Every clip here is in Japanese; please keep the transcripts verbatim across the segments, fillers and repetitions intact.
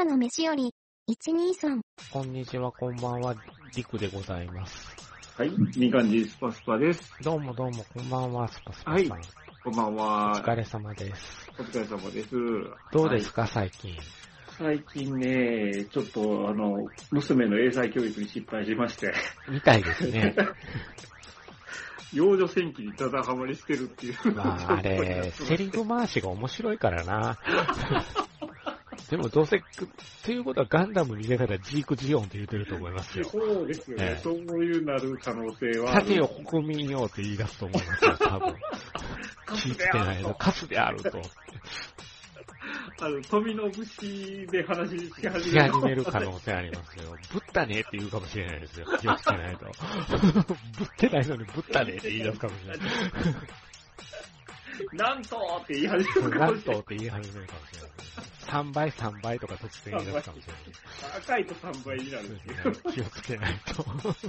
朝の飯より、いちにさん。 こんにちは、こんばんは、りくでございます。 はい、みかんじスパスパです。 どうもどうも、こんばんは、スパスパさん。 はい、こんばんは。 お疲れ様です。 お疲れ様です。 どうですか、はい、最近。 最近ね、ちょっとあの、娘の英才教育に失敗しまして。 みたいですね。 幼女戦記にただハマりしてるっていう。 まあ、あれ、セリフ回しが面白いからな。でもどうせ、ということはガンダム見ながらジークジオンって言ってると思いますよ。 そうですよね。ええ、そういうなる可能性は。 さてよ、国民よって言い出すと思いますよ、多分。聞いてないの。カスであると。 あの、富の節で話し始める。 し始める可能性ありますよ。ぶったねって言うかもしれないですよ。気をつけないと。ぶってないのにぶったねって言い出すかもしれない。 なんとって言い始めるかもしれない。 なんとって言い始めるかもしれない。さんばいさんばいとか突然言い出すかもしれない。 赤いとさんばいになるんですよ、ね。気をつけないと。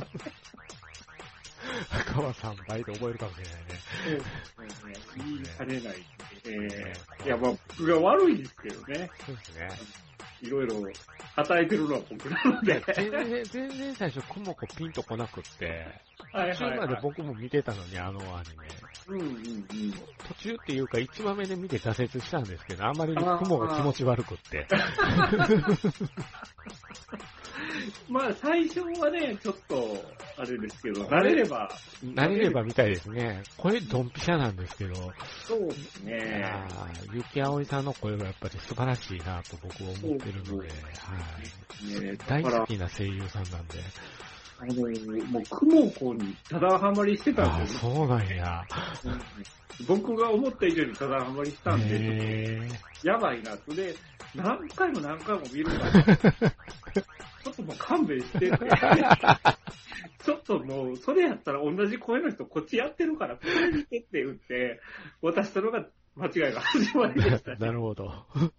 赤はさんばいで覚えるかもしれないね。 言いかねない。えー、いや、まあ、僕が悪いですけどね。 そうですね。 いろいろ与えてるのは僕なので。 全然、全然最初、クモコピンとこなくって、 はいはいはい、 途中まで僕も見てたのに、あのアニメ。 うんうんうん、 途中っていうか、いちわめで見て挫折したんですけど、あんまりにクモが気持ち悪くって。 まあ、最初はね、ちょっと、あれですけど、慣れれば。 慣れればみたいですね。声ドンピシャなんですけど。 そうですね。 ゆきあおいさんの声がやっぱり素晴らしいなと僕は思ってるので、はい、ね、大好きな声優さんなんで。 あの、もう、クモコにただハマりしてたんですよ。あ、そうなんや。 僕が思った以上にただハマりしたんで、やばいな。それで、何回も何回も見るから、ちょっともう勘弁してって。ちょっともう、それやったら同じ声の人こっちやってるから、これ見てって言って、渡したのが間違いが始まりでした、ね。 なるほど。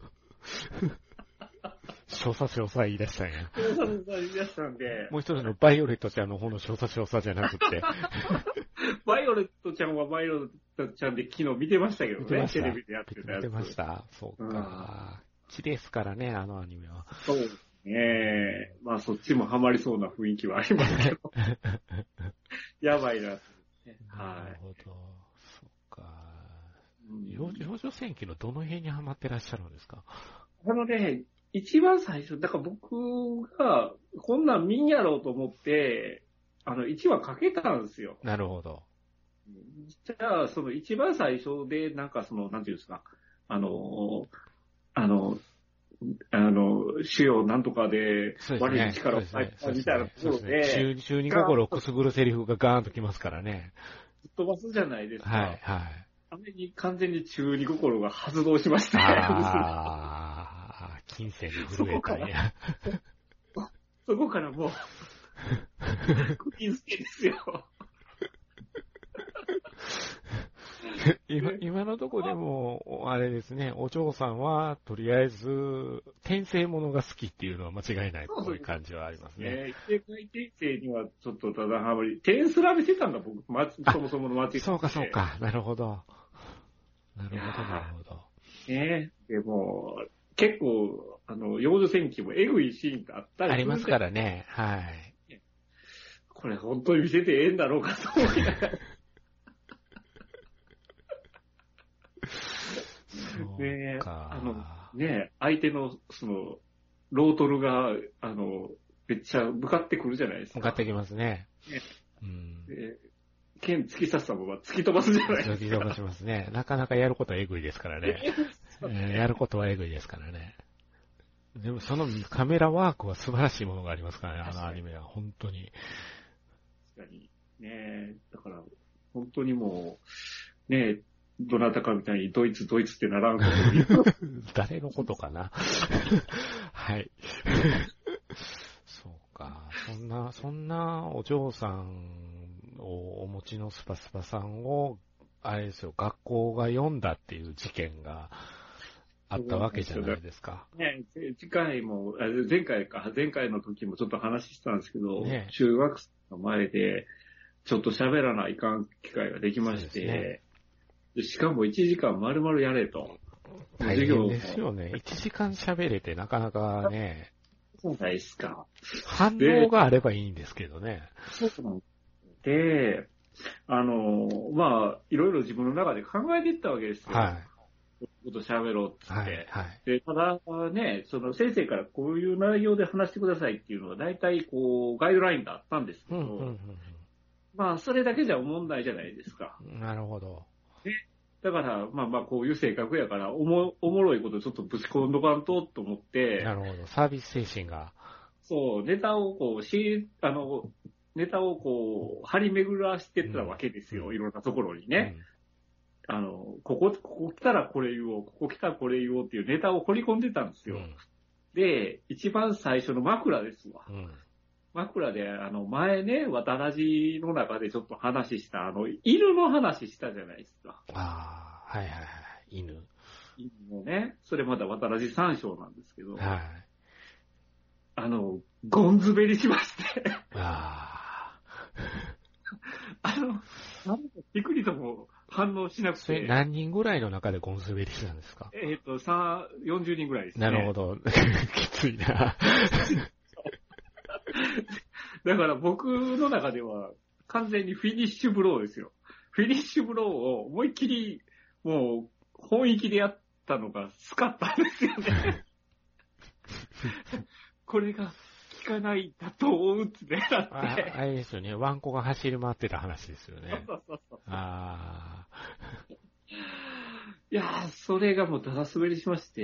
少佐少佐言い出したんや。 少佐少佐言い出したんで。 もう一人のバイオレットちゃんの方の少佐少佐じゃなくて。 バイオレットちゃんはバイオレットちゃんで昨日見てましたけどね。テレビでやってたやつ。 見てました。そうか。綺麗ですからね、あのアニメは。 そうですね。まあそっちもハマりそうな雰囲気はありますけど。やばいな。 なるほど。そうか。幼女戦記のどの辺にハマってらっしゃるんですか？ あのね、一番最初、だから僕がこんなん見んやろうと思って、あの、いちわかけたんですよ。 なるほど。 じゃあ、その一番最初で、なんかその、なんていうんですか、あの、あの、あの、主要なんとかで、悪い力を入ったみたいなところで、 中二心をくすぐるセリフがガーンときますからね。 ぶっ飛ばすじゃないですか。 はい、はい。 あれに完全に中二心が発動しましたね。 ああ、金銭に震えたんや。 そこからもう、釘付けですよ。 今, 今のところでも、あれですね、お嬢さんは、とりあえず、転生ものが好きっていうのは間違いないという感じはありますね。 世界転生にはちょっとただハマり、点スラベしてたんだ、僕、ま、そもそもの間違い。 そうか、そうか、なるほど。なるほど、なるほど。 ねえ、でも、結構、あの、幼女戦記もエグいシーンってあったりありますからね、はい。 これ本当に見せてええんだろうかと思いながら。ねえ、あの、ねえ、相手の、その、ロートルが、あの、めっちゃ向かってくるじゃないですか。 向かってきますね。 ねうん、 で剣突き刺したまま突き飛ばすじゃないですか。 突き飛ばしますね。なかなかやることはエグいですからね。えー、やることはエグいですからね。でもそのカメラワークは素晴らしいものがありますからね、あのアニメは。本当に。 確かに。ねえ、だから、本当にもう、ねえ、どなたかみたいにドイツ、ドイツってならんこと誰のことかな。はい。そうか。そんな、そんなお嬢さんをお持ちのスパスパさんを、あれですよ、学校が読んだっていう事件があったわけじゃないですか。 ね、次回も、前回か、前回の時もちょっと話したんですけど、 ね、 中学生の前で、ちょっと喋らないかん機会ができまして、でしかもいちじかん丸々やれと。 大変ですよね。いちじかん喋れてなかなかね。 そうないですか。 反応があればいいんですけどね。 そうなんで、あの、まあ、いろいろ自分の中で考えていったわけですよ。 はい。 こういうこと喋ろうって言って。 はい。はい。 で、ただね、その先生からこういう内容で話してくださいっていうのが大体こう、ガイドラインがあったんですけど、 うんうんうんうん、 まあ、それだけじゃ問題じゃないですか。 なるほど。 だから、まあまあ、こういう性格やから、おも、おもろいことちょっとぶち込んどかんとと思って、 なるほど。サービス精神が。 そう、ネタをこう、し、あの、ネタをこう、張り巡らしてったわけですよ、 うん、 いろんなところにね。うん、あの、ここ、ここ来たらこれ言おう、ここ来たらこれ言おうっていうネタを掘り込んでたんですよ。うん、で、一番最初の枕ですわ。うん枕で、あの、前ね、渡らじの中でちょっと話した、あの、犬の話したじゃないですか。 ああ、はいはいはい、犬。 犬のね、それまだ渡らじ三章なんですけど、はい。あの、ゴンズベリしまして。ああ。あの、なんかびっくりとも反応しなくて。 それ何人ぐらいの中でゴンズベリしたんですか？ えっ、ー、と、さん、よんじゅうにんぐらいですね。 なるほど。きついな。 だから僕の中では完全にフィニッシュブローですよ。フィニッシュブローを思いっきりもう本域でやったのがスカったんですよね。これが効かないだと思うってなって。 あ, あれですよね。ワンコが走り回ってた話ですよね。 そうそうそう。 ああ。 いやー、それがもうだだ滑りしまして、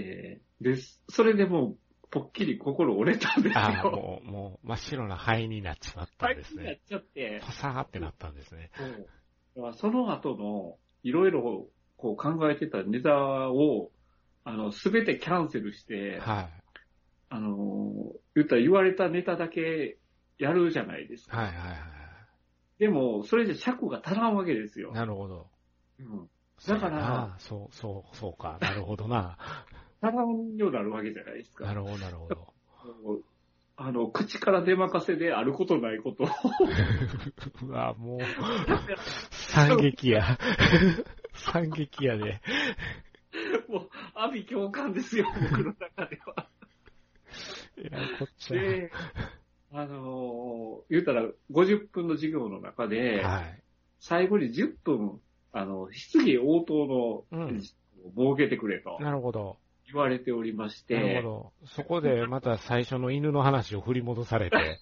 で、それでもう、ぽっきり心折れたんですよ。 ああ、もう、もう、真っ白な灰になっちまったんですね。 灰になっちゃって。 パサーってなったんですね。 そう。その後の、いろいろ、こう考えてたネタを、あの、すべてキャンセルして、はい。あの、言ったら言われたネタだけやるじゃないですか。はいはいはい。でも、それじゃ尺が足らんわけですよ。 なるほど。 うん。だから、 そう、そう、そうか。なるほどな。 足らんようになるわけじゃないですか。 なるほど、なるほど。 あの、口から出任せであることないことを。 うわ、もう、惨劇や。惨劇やで。 もう、阿鼻共感ですよ、僕の中では。 いや、こっちは。 で、あのー、言うたらごじゅっぷんの授業の中で、はい、最後にじゅっぷん、あの、質疑応答の、うん、設けてくれと。 なるほど。 言われておりまして。 なるほど。そこでまた最初の犬の話を振り戻されて。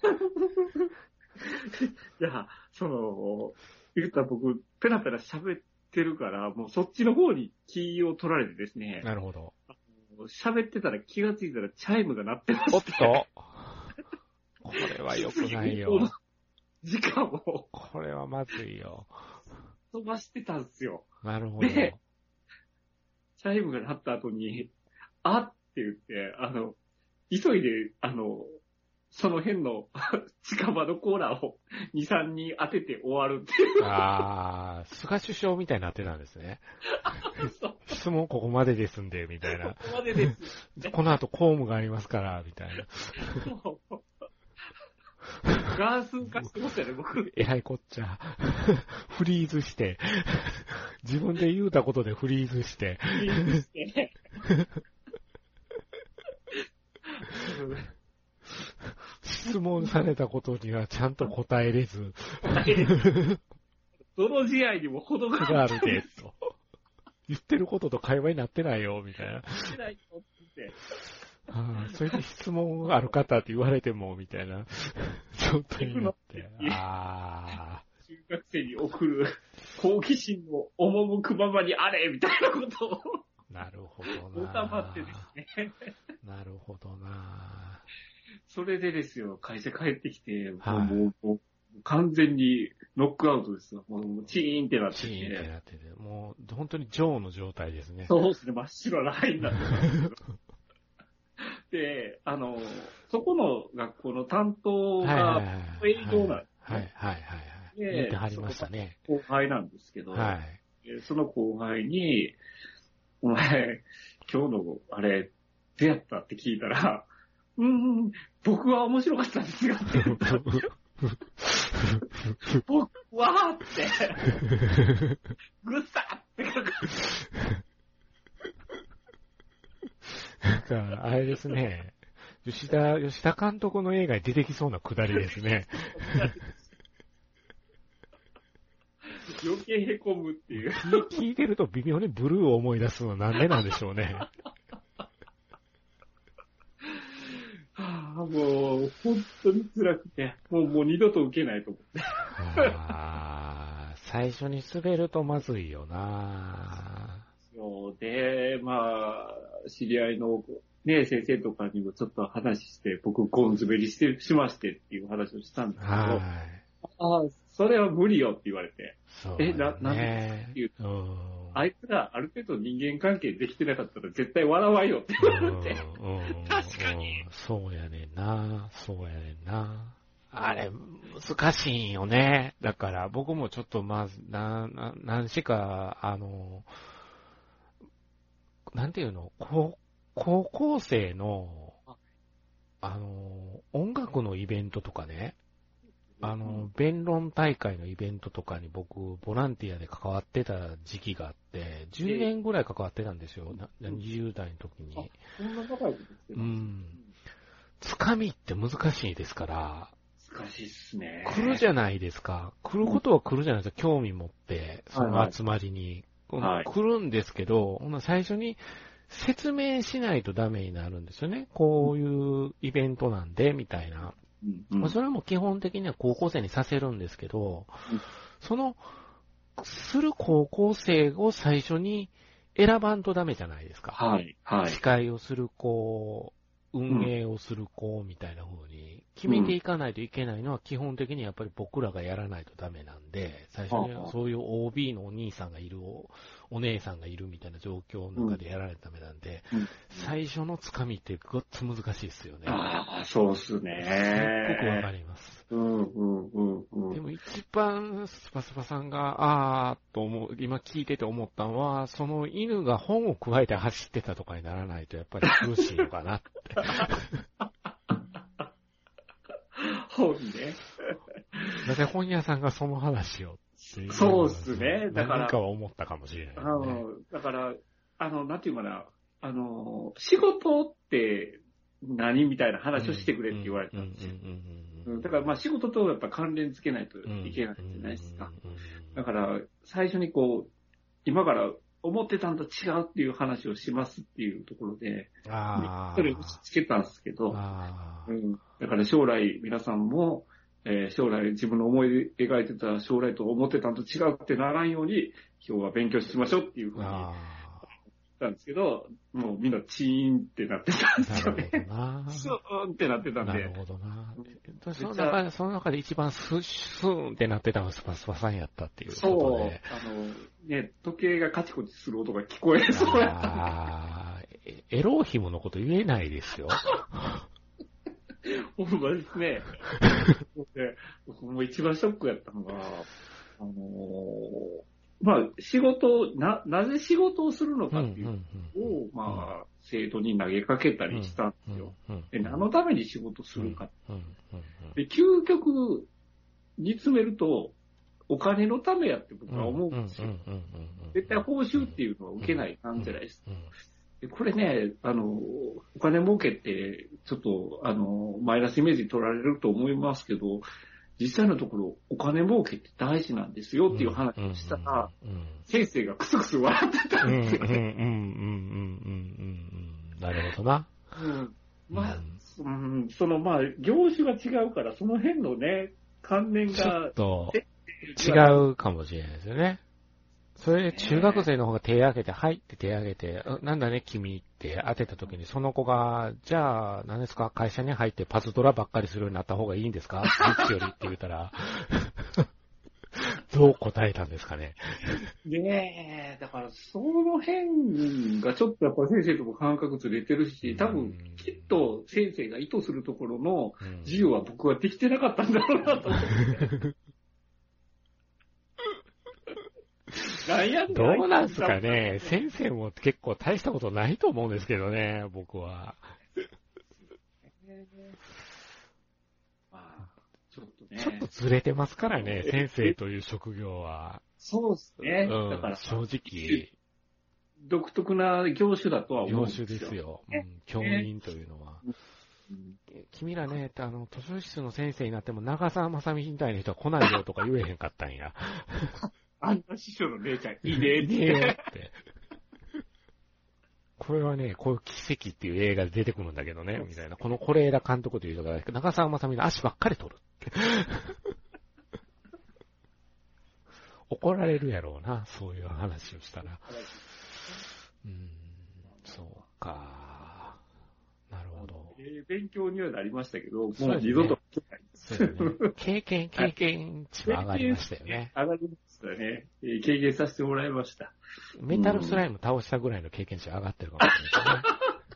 いや、その、言ったら僕、ペラペラ喋ってるから、もうそっちの方に気を取られてですね。 なるほど。 喋ってたら気がついたらチャイムが鳴ってました。 おっとこれは良くないよ。 時間を。 これはまずいよ。 飛ばしてたんですよ。 なるほど。 で、チャイムが鳴った後に、あって言って、あの、急いで、あの、その辺の近場のコーラをに、さんにん当てて終わるっていう。 ああ、菅首相みたいになってたんですね。質問ここまでですんで、みたいな。 ここまでです。 この後公務がありますから、みたいな。 ガース化してましたね、僕。 えらいこっちゃ。フリーズして、自分で言うたことでフリーズして。 フリーズして。 質問されたことにはちゃんと答えれず。 どの試合にも程があるで、と。言ってることと会話になってないよ、みたいな。 なってないよってああ、それで質問ある方って言われても、みたいな。状態になって。ああ。 中学生に送る好奇心の赴くままにあれみたいなことを。 なるほどな。 おたまってですね。 なるほどな。 それでですよ、会社帰ってきて、はい、もうもう完全にノックアウトですよ。もうチーンってなってて。 チーンってなってて。もう本当にジョーの状態ですね。 そうですね、真っ白な灰になってたんですけど。で、あの、そこの学校の担当が営業なんですね。 はいはいはいはい。言ってはりましたね。 後輩なんですけど、 はい、 その後輩に、お前、今日のあれ、どうやったって聞いたら、うーん、僕は面白かったんですよって言った。僕はって、ぐさって書く。 なんか、あれですね。吉田、吉田監督の映画に出てきそうなくだりですね。 余計へこむっていう。 聞いてると微妙にブルーを思い出すのはなんでなんでしょうね。 はあ、もう、本当に辛くて、もう、もう二度と受けないと思って。 あ最初に滑るとまずいよなそうで、まあ、知り合いの、ね、先生とかにもちょっと話して、僕、ゴン滑りして、しましてっていう話をしたんですけど、 はい。 ああ、それは無理よって言われて。 そうね、 え、な、なんでっていう。 うん、 あいつがある程度人間関係できてなかったら絶対笑わんよって言われて。 うんうん、確かに。そうやねんな。そうやねんな。あれ、難しいんよね。だから僕もちょっとまず、な、な、何しか、あの、なんていうの、高高校生の、あの、音楽のイベントとかね、あの、弁論大会のイベントとかに僕、ボランティアで関わってた時期があって、じゅうねんぐらい関わってたんですよ。にじゅう代の時に。 そんな高いことしてうん。つかみって難しいですから、 難しいっすね。 来るじゃないですか。来ることは来るじゃないですか。興味持って、その集まりに。はい、来るんですけど、最初に説明しないとダメになるんですよね。こういうイベントなんで、みたいな。うんうん、まあ、それも基本的には高校生にさせるんですけど、うん、その、する高校生を最初に選ばんとダメじゃないですか。 はい、はい。 司会をする子、運営をする子みたいな風に決めていかないといけないのは基本的にやっぱり僕らがやらないとダメなんで、最初にはそういう オービー のお兄さんがいる、お姉さんがいるみたいな状況の中でやらないとダメなんで、うんうん、最初のつかみってごっつ難しいですよね。 ああ、そうっすね。 すっごくわかります。 うんうんうんうん、 でも一番スパスパさんが、あーと思う、今聞いてて思ったのは、その犬が本を加えて走ってたとかにならないとやっぱり苦しいのかなって。 本ね。 なぜ本屋さんがその話をっていう。 そうっすね。だから。 何かは思ったかもしれない、ね。 あの、だから、あの、なんていうかな、あの、仕事って何みたいな話をしてくれって言われたんですよ。だからまあ仕事とやっぱ関連つけないといけないじゃないですか。だから最初にこう、今から思ってたんと違うっていう話をしますっていうところで、 あそれをつけたんですけど、うん、だから将来皆さんも、えー、将来自分の思い描いてた将来と思ってたんと違うってならんように今日は勉強しましょうっていうふうに言ったんですけど、もうみんなチーンってなってたんですよね。 なるほどな。 スーンってなってたんで。 なるほどな。その中で、その中で一番ススーンってなってたのがスパスパさんやったっていうことで。 そう。あの、ね、時計がカチコチする音が聞こえそうやったんで。 ああ、エローヒムのこと言えないですよ。 ほんまですね。で僕も一番ショックやったのが、あのー、まあ、仕事、な、なぜ仕事をするのかっていうのを、まあ、生徒に投げかけたりしたんですよ。で、何のために仕事するか。で、究極、煮詰めると、お金のためやって僕は思うんですよ。絶対報酬っていうのは受けないなんじゃないですか。でこれね、あの、お金儲けって、ちょっと、あの、マイナスイメージ取られると思いますけど、実際のところ、お金儲けって大事なんですよっていう話をしたら、先生がクスクス笑ってたんですよね。 なるほどな。 うん。まあ、うん、その、まあ、業種が違うから、その辺のね、関連が。ちょっと、違うかもしれないですよね。それで中学生の方が手挙げて、はいって手挙げて、なんだね君って当てた時にその子が、じゃあ何ですか会社に入ってパズドラばっかりするようになった方がいいんですかスイッチよりって言ったら、どう答えたんですかね。 ねえ、だからその辺がちょっとやっぱ先生とも感覚ずれてるし、多分きっと先生が意図するところの授業は僕はできてなかったんだろうなと思って。 どうなんすかね。先生も結構大したことないと思うんですけどね、僕は。 まあ、ちょっとね。 ちょっとずれてますからね、先生という職業は。 そうですね。 うん、だから正直。 独特な業種だとは思うん業ですよ。 種ですよ。うん、教員というのは。 うん、 君らね、あの、図書室の先生になっても長澤まさみみたいな人は来ないよとか言えへんかったんや。 あんな師匠の姉ちゃんいいねって。 いいねよって。これはね、こういう奇跡っていう映画で出てくるんだけどね、みたいな。この是枝監督という人が、長澤まさみの足ばっかり取るって。怒られるやろうな、そういう話をしたら。うーん、そうか。なるほど。 えー、勉強にはなりましたけど、もう二度と来ないです。 そうですね。経験、経験値は上がりましたよね。 上がりましたね、えー。経験させてもらいました。 メタルスライム倒したぐらいの経験値上がってるかもしれないですね。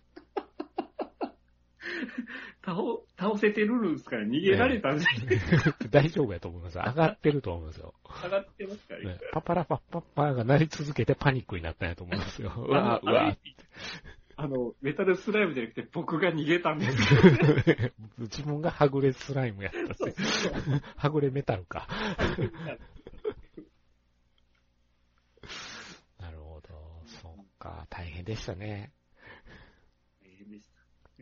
倒、倒せてるんですから逃げられたんじゃないですか。 大丈夫やと思います。上がってると思いますよ。 上がってますからね。 ね、パパラパッパッパーが鳴り続けてパニックになったんやと思いますよ。うわうわあの、メタルスライムじゃなくて僕が逃げたんですよ、ね。 自分がはぐれスライムやったって。はぐれメタルか。なるほど。そうか。大変でしたね。 大変でした。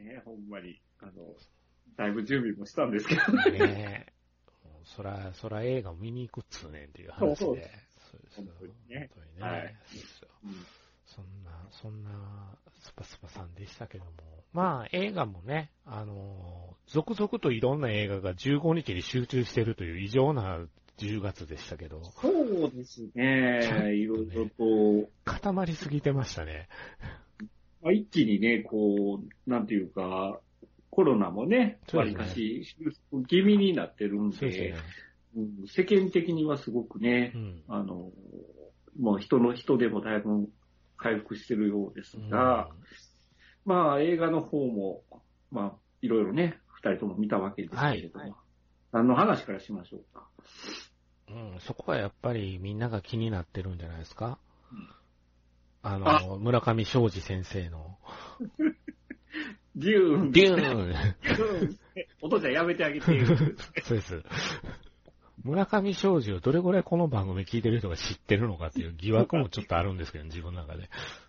ね、ほんまに。あの、だいぶ準備もしたんですけどね。 ねえ。そら、そら映画を見に行くっつうねんっていう話で。 そうそうそうです本当にね。 本当にね。 はい。 うん、そんな、そんな、スパスパさんでしたけども。まあ、映画もね、あの、続々といろんな映画がじゅうごにちに集中してるという異常なじゅうがつでしたけど。 そうですね。いろいろと。 固まりすぎてましたね。 まあ、一気にね、こう、なんていうか、コロナもね、わりかし、気味になってるんで、でねうん、世間的にはすごくね、うん、あの、もう人の人でもだいぶ回復してるようですが、うん、まあ映画の方も、まあいろいろね、二人とも見たわけですけれども、はいはい、何の話からしましょうか。 うん、そこはやっぱりみんなが気になってるんじゃないですか。うん、あの、あ村上昌司先生の。 デューン。 デューン。 お父ちゃんやめてあげて。 そうです。村上昌司をどれぐらいこの番組聞いてる人が知ってるのかっていう疑惑もちょっとあるんですけど、自分の中で。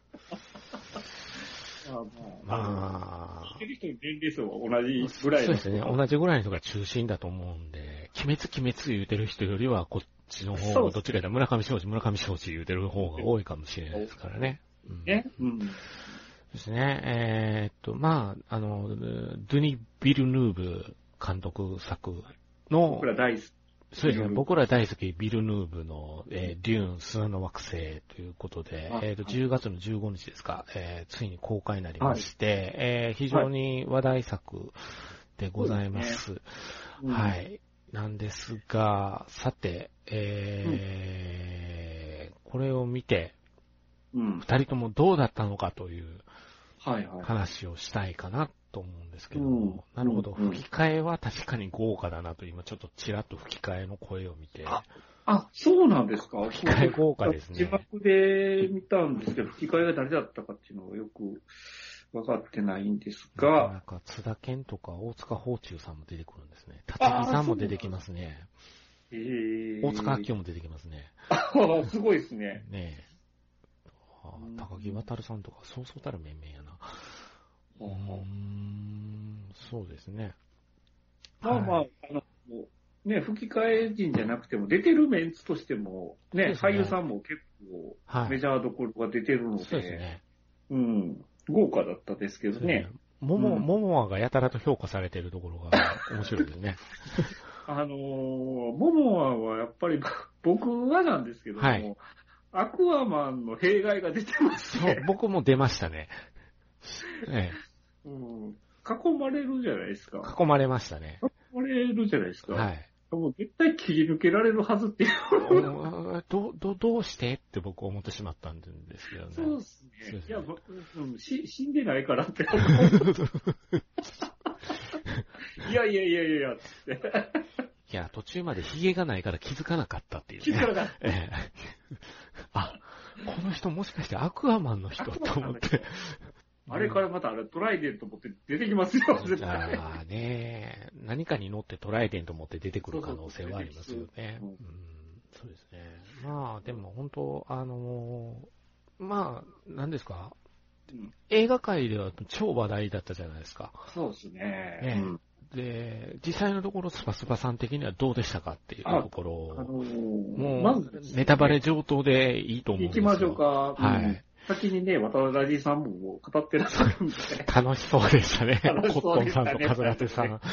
まあ、 まあ、 聞いてる人の年齢層は同じぐらいそうですね。同じぐらいの人が中心だと思うんで、鬼滅鬼滅言うてる人よりはこっちの方がどっちかというと村上昌司、村上昌司言うてる方が多いかもしれないですからね。 ね。うん。 ですね。えー、っと、まあ、あの、ドゥニ・ビルヌーブ監督作の、 僕ら大好き。 そうですね。僕ら大好きビルヌーブの、えー、デューン砂の惑星ということで、えー、とじゅうがつのじゅうごにちですか、えー、ついに公開になりまして、はいえー、非常に話題作でございます。はい。ねはい、なんですが、さて、えーうん、これを見て、うん、二人ともどうだったのかという話をしたいかなと思うんですけど、うん、なるほど、吹き替えは確かに豪華だなと、今ちょっとちらっと吹き替えの声を見て。 あ、あそうなんですか。 吹き替え豪華ですね。 字幕で見たんですけど、吹き替えが誰だったかっていうのがよく分かってないんですが。 なんか津田健とか大塚芳忠さんも出てくるんですね。立木さんも出てきますね。 えー、 大塚明夫も出てきますね。 あすごいですね。 ねえ。高木渡さんとか、そうそうたる面々やな。うーん、そうですね。 まあまあ、はい、あの、ね、吹き替え人じゃなくても、出てるメンツとしても、ね、ね俳優さんも結構、メジャーどころが出てるので、 そうですね。 うん、豪華だったですけどね。 もも、ももあがやたらと評価されているところが面白いですね。 あのー、ももあはやっぱり、僕はなんですけども、はい、アクアマンの弊害が出てますね。 そう、僕も出ましたね。ええうん、囲まれるじゃないですか。 囲まれましたね。 囲まれるじゃないですか。 はい。 もう絶対切り抜けられるはずっていう。 ど、ど、どうしてって僕思ってしまったんですけどね。 そうですね。いや、うん、し、死んでないからって思う。いやいやいやいや、つって。 いや、途中までヒゲがないから気づかなかったっていうね。 気づかなかった。 ええ、あ、この人もしかしてアクアマンの人と思って。 あれからまたあれトライデント持って出てきますよ、絶対。 ああね、何かに乗ってトライデント持って出てくる可能性はありますよね。うん、そうですね。まあでも本当、あのー、 まあ、何ですか、 うん、 映画界では超話題だったじゃないですか。 そうですね。 ね、うん、で、実際のところスパスパさん的にはどうでしたかっていうところを、あのー、もう、まず、ネタバレ上等でいいと思うんですよ。 行きましょうか。 はい。うん、 先にね、渡辺ラジーさんも語ってらっしゃるんで。 楽しそうでしたね。コットンさんとカズラテさん。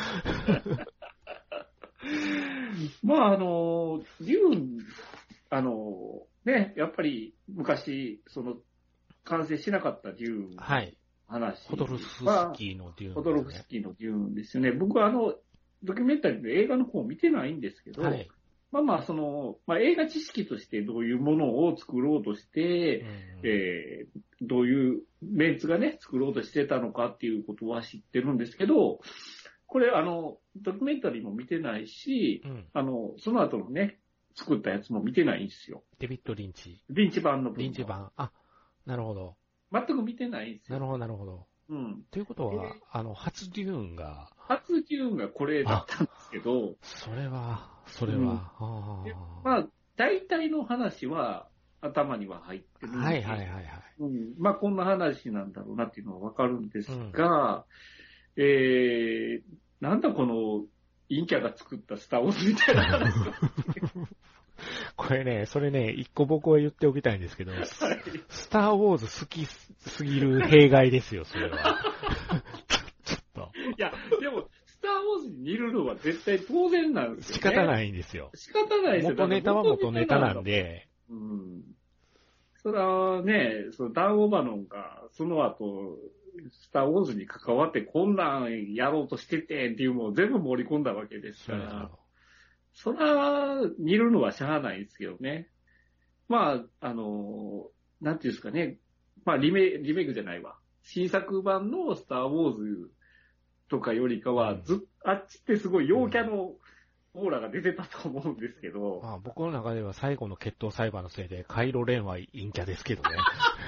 まあ、あの、デューン、あの、ね、やっぱり昔、その、完成しなかったデューン。 はい。 話。 ホドロフスキーのデューン、ね。 ホドロフスキーのデューンですよね。僕はあの、ドキュメンタリーの映画の方を見てないんですけど、はい、まあまあ、その、まあ映画知識としてどういうものを作ろうとして、うん、えー、どういうメンツがね、作ろうとしてたのかっていうことは知ってるんですけど、これあの、ドキュメンタリーも見てないし、うん、あの、その後のね、作ったやつも見てないんですよ。 デビッド・リンチ。 リンチ版の部分。 リンチ版。あ、なるほど。 全く見てないんですよ。 なるほど、なるほど。うん。ということは、あの、初デューンが。 初デューンがこれだったんですけど。 それは、それは。うん、あまあ、大体の話は頭には入ってるんで。 はいはいはいはい。 うん、まあ、こんな話なんだろうなっていうのはわかるんですが、うん、えー、なんだこの、陰キャが作ったスターウォーズみたいな話。 これね、それね、一個僕は言っておきたいんですけど、はい、スターウォーズ好きすぎる弊害ですよ、それは。ちょっと。 いや、でも、スターウォーズに似るのは絶対当然なんですよ、ね。 仕方ないんですよ。 仕方ないですよ。 元ネタは元ネタなんで。 うん。それはね、そのダン・オバノンが、その後、スターウォーズに関わってこんなんやろうとしててっていうのを全部盛り込んだわけですから。それは、似るのはしゃあないですけどね。まあ、あの、なんていうんですかね。まあ、リメ、リメイクじゃないわ。新作版のスター・ウォーズとかよりかは、ずっ、あっちってすごい陽キャのオーラが出てたと思うんですけど。 まあ、僕の中では最後の決闘裁判のせいで、カイロレンは陰キャですけどね。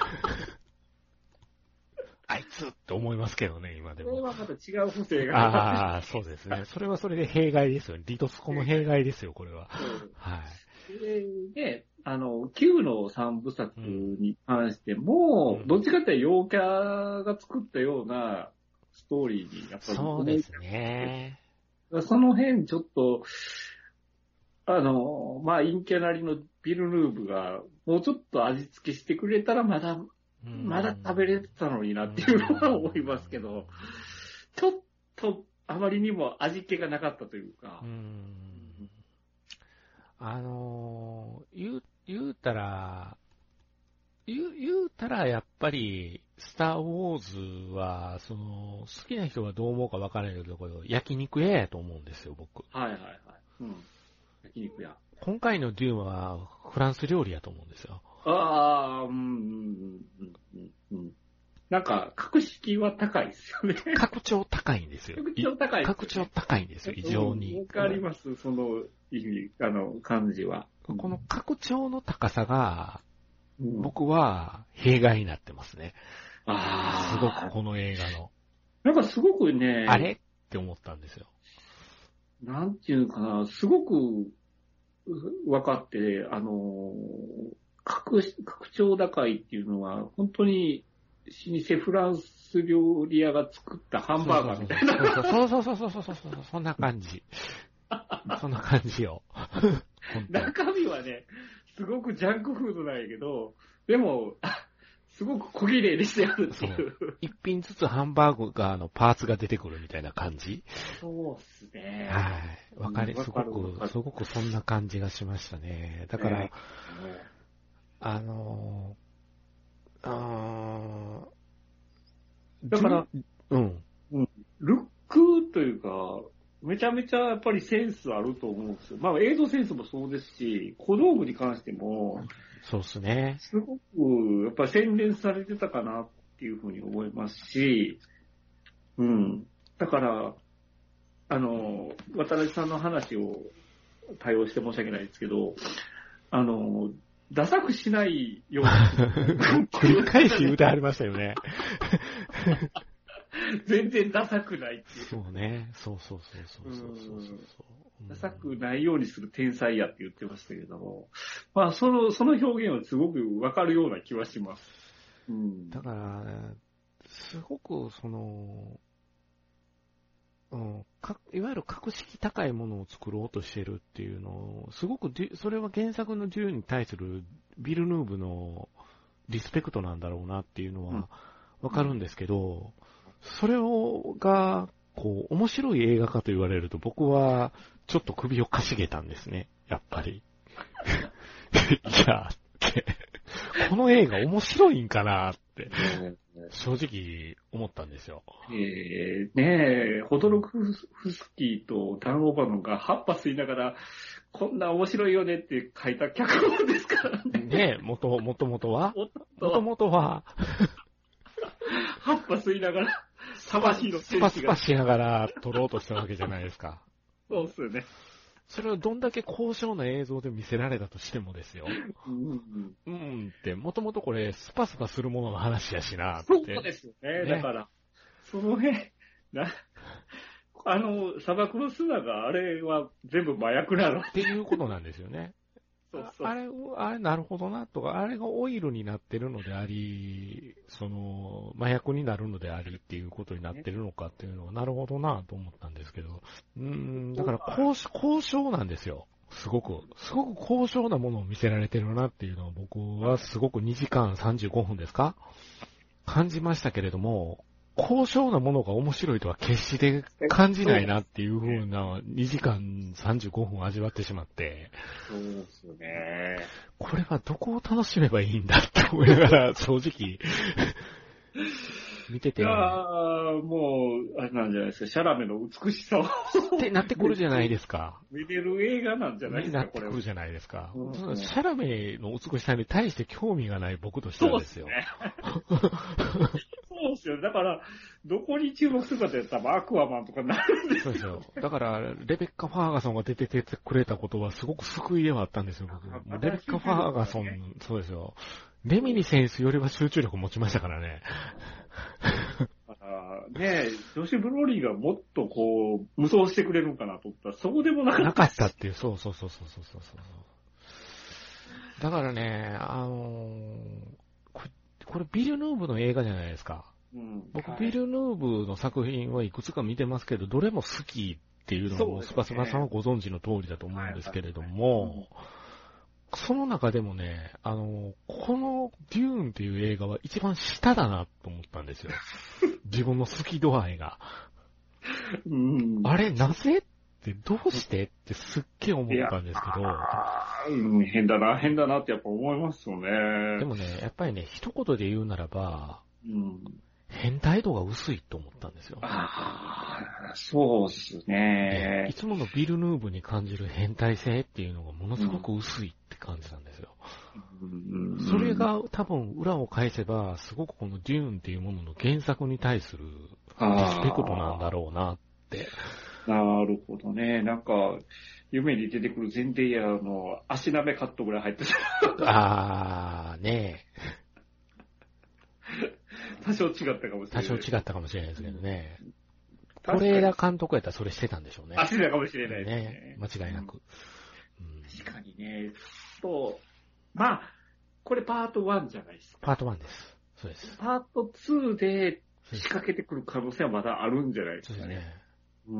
あいつって思いますけどね、今でも。 それはまた違う補正が。 ああ、そうですね。それはそれで弊害ですよ。リトスコの弊害ですよ、これは。はい。 で、ね、あの、Q の三部作に関しても、うん、どっちかって陽キャが作ったようなストーリーにやっぱり。 そうですね。 その辺ちょっと、あの、まあ、陰キャなりのビル・ヌーブが、もうちょっと味付けしてくれたらまだ、まだ食べれてたのになっていうのは思いますけど、ちょっとあまりにも味気がなかったというか。 うーんあのー、言う、言うたら、言う、言うたらやっぱり、スター・ウォーズは、その、好きな人がどう思うか分からないけど、焼肉屋やと思うんですよ、僕。 はいはいはい。うん。焼肉屋。 今回のデューンはフランス料理やと思うんですよ。 ああ、うん、うん、うん、うん。なんか、格式は高いですよね。 格調高いんですよ。 格調高い、ね。 格調高いんですよ、異常に。 わかります、その意味、あの、感じは。 この格調の高さが、うん、僕は弊害になってますね。ああ。すごくこの映画の。 なんかすごくね。 あれって思ったんですよ。 なんていうかな、すごく分かって、あの、格、格調高いっていうのは、本当に、老舗フランス料理屋が作ったハンバーガーみたいな。 そうそうそうそうそうそうそう、そんな感じ。そんな感じよ。 中身はね、すごくジャンクフードなんやけど、でも、すごく小綺麗にしてあるっていう。 一品ずつハンバーガーのパーツが出てくるみたいな感じ。 そうっすね。 はい。わかり、すごく、すごくそんな感じがしましたね。だから、ね、あのー、あーだから、 うん。 うん。ルックというか、めちゃめちゃやっぱりセンスあると思うんですよ。まあ映像センスもそうですし、小道具に関しても、 そうですね。 すごく、やっぱり洗練されてたかなっていうふうに思いますし、うん。だから、あの、渡辺さんの話を対応して申し訳ないですけど、あの、ダサくしないような。 繰り返し言うてありましたよね。 全然ダサくないっていう。 そうね。そうそうそうそうそうそうそう。 ダサくないようにする天才やって言ってましたけども、まあ、その、その表現はすごくわかるような気はします。うん、 だから、すごく、その、うん、かいわゆる格式高いものを作ろうとしてるっていうのを、すごく、それは原作のデューンに対するビルヌーブのリスペクトなんだろうなっていうのはわかるんですけど、うん、それをが、こう、面白い映画かと言われると僕はちょっと首をかしげたんですね、やっぱり。いや、ってこの映画面白いんかなって、正直思ったんですよ。 えー、ねえ、ホドロフスキーとダン・オバノンが葉っぱ吸いながら、こんな面白いよねって書いた脚本ですからね。 ねえ、もと、もともとはもともとは、 葉っぱ吸いながら、魂のスパスパしながら撮ろうとしたわけじゃないですか。 そうっすよね。 それをどんだけ高尚な映像で見せられたとしてもですよ。うん、うん。うんって、もともとこれ、スパスパするものの話やしなって。 そうですよね。ね、だから、その辺、な、あの、砂漠の砂があれは全部麻薬なの。 っていうことなんですよね。そうそうあれ、あれ、なるほどな、とか、あれがオイルになってるのであり、その、麻薬になるのでありっていうことになってるのかっていうのは、なるほどな、と思ったんですけど、うーん、だから交渉、交渉なんですよ。すごく、すごく高尚なものを見せられてるなっていうのは、僕はすごくにじかんさんじゅうごふんですか感じましたけれども、高尚なものが面白いとは決して感じないなっていう風なにじかんさんじゅうごふん味わってしまって。 そうですよね。 これはどこを楽しめばいいんだって思いながら正直見てて。 いやー、もう、あれなんじゃないですか、シャラメの美しさを。 ってなってくるじゃないですか。 見れる映画なんじゃないですか、 なってくるじゃないですか。 うんうん、シャラメの美しさに対して興味がない僕としてはですよ。 そうですね。そうですよ。だから、どこに注目するかって言ったら、アクアマンとかになるんですよ。 そうですよ。だから、レベッカ・ファーガソンが出ててくれたことはすごく救いではあったんですよ、僕。もうレベッカ・ファーガソン、そうですよ。レミニ選手よりは集中力持ちましたからね。 あねえ、ジョシュ・ブロリーがもっとこう、無双してくれるのかなと思ったら、そうでもなかった。 なかったっていう、そうそうそうそうそうそうそう。だからね、あのー、これ、これビルヌーブの映画じゃないですか。うん、僕、はい、ビルヌーブの作品はいくつか見てますけど、どれも好きっていうのも、スパスパさんはご存知の通りだと思うんですけれども、はいはい、その中でもね、あの、このデューンっていう映画は一番下だなと思ったんですよ。自分の好き度合いが。うん、あれ、なぜってどうしてってすっげえ思ったんですけど。 うん、変だな、変だなってやっぱ思いますよね。 でもね、やっぱりね、一言で言うならば、 うん、 変態度が薄いと思ったんですよ。 ああ、そうですね。 いつものビルヌーブに感じる変態性っていうのがものすごく薄いって感じなんですよ。うん、それが多分裏を返せば、すごくこのデューンっていうものの原作に対するリスペクトなんだろうなって。 なるほどね。なんか、夢に出てくるゼンデイヤの足なめカットぐらい入ってた。 あー、ねえ。多少違ったかもしれない。 多少違ったかもしれないですけどね。是枝監督やったらそれしてたんでしょうね。 あ、してたかもしれないですね。 ね、間違いなく。 うん、確かにね。と、まあ、これパートワンじゃないですか。 パートワンです。そうです。 パートツーで仕掛けてくる可能性はまだあるんじゃないですかね。 そうですね。 うん。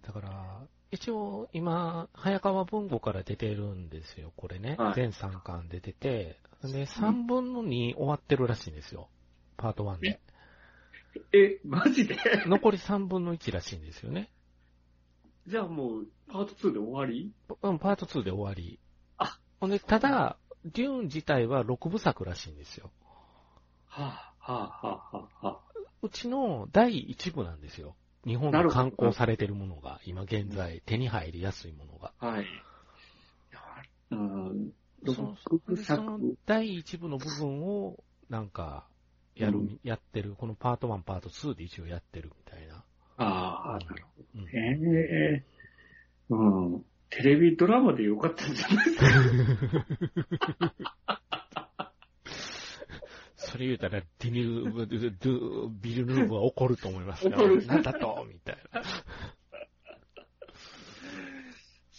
だから、一応今、早川文庫から出てるんですよ、これね。はい、全さんかん出てて、で、さんぶんのに終わってるらしいんですよ。パートワンで。 え、マジで残りさんぶんのいちらしいんですよね。 じゃあもう、パートツーで終わり？ うん、パートツーで終わり。 あ、 ほんで、ただ、デューン自体はろくぶさくらしいんですよ。 はぁ、はぁ、はぁ、はぁ、はぁ。 うちのだいいちぶなんですよ。日本で刊行されてるものが、今現在手に入りやすいものが。 はい。うん、 そのそのだいいちぶの部分を、なんか、やる、うん、やってる、このパートワン、パートツーで一応やってるみたいな。 ああ、なるほど。へえ。うん。テレビドラマでよかったんじゃないですか。 それ言うたら、ディニュー、ドゥ、ビルヌーブは怒ると思いますよ。 怒る。 なんだとみたいな。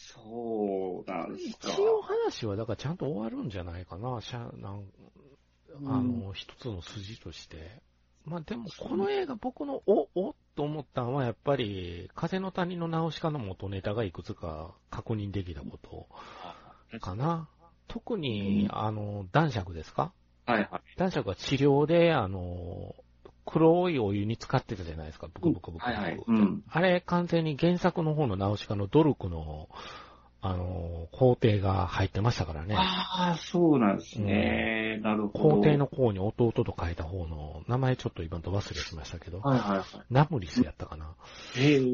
一応話は、だからちゃんと終わるんじゃないかな、しゃなんあの、うん、一つの筋として。まあでも、この映画、僕のお、おっと思ったのは、やっぱり、風の谷のナウシカの元ネタがいくつか確認できたことかな。特に、あの、男爵ですか？ はいはい。 男爵は治療で、あの、黒いお湯に浸かってたじゃないですか、ブクブクブクブク。 はいはい。うん、 あれ、完全に原作の方のナウシカのドルクの、あの、皇帝が入ってましたからね。 ああ、そうなんですね。うん、なるほど。 皇帝の皇に弟と書いた方の、名前ちょっと今と忘れしましたけど。 はいはいはい。 ナムリスやったかな。 へえ、うん。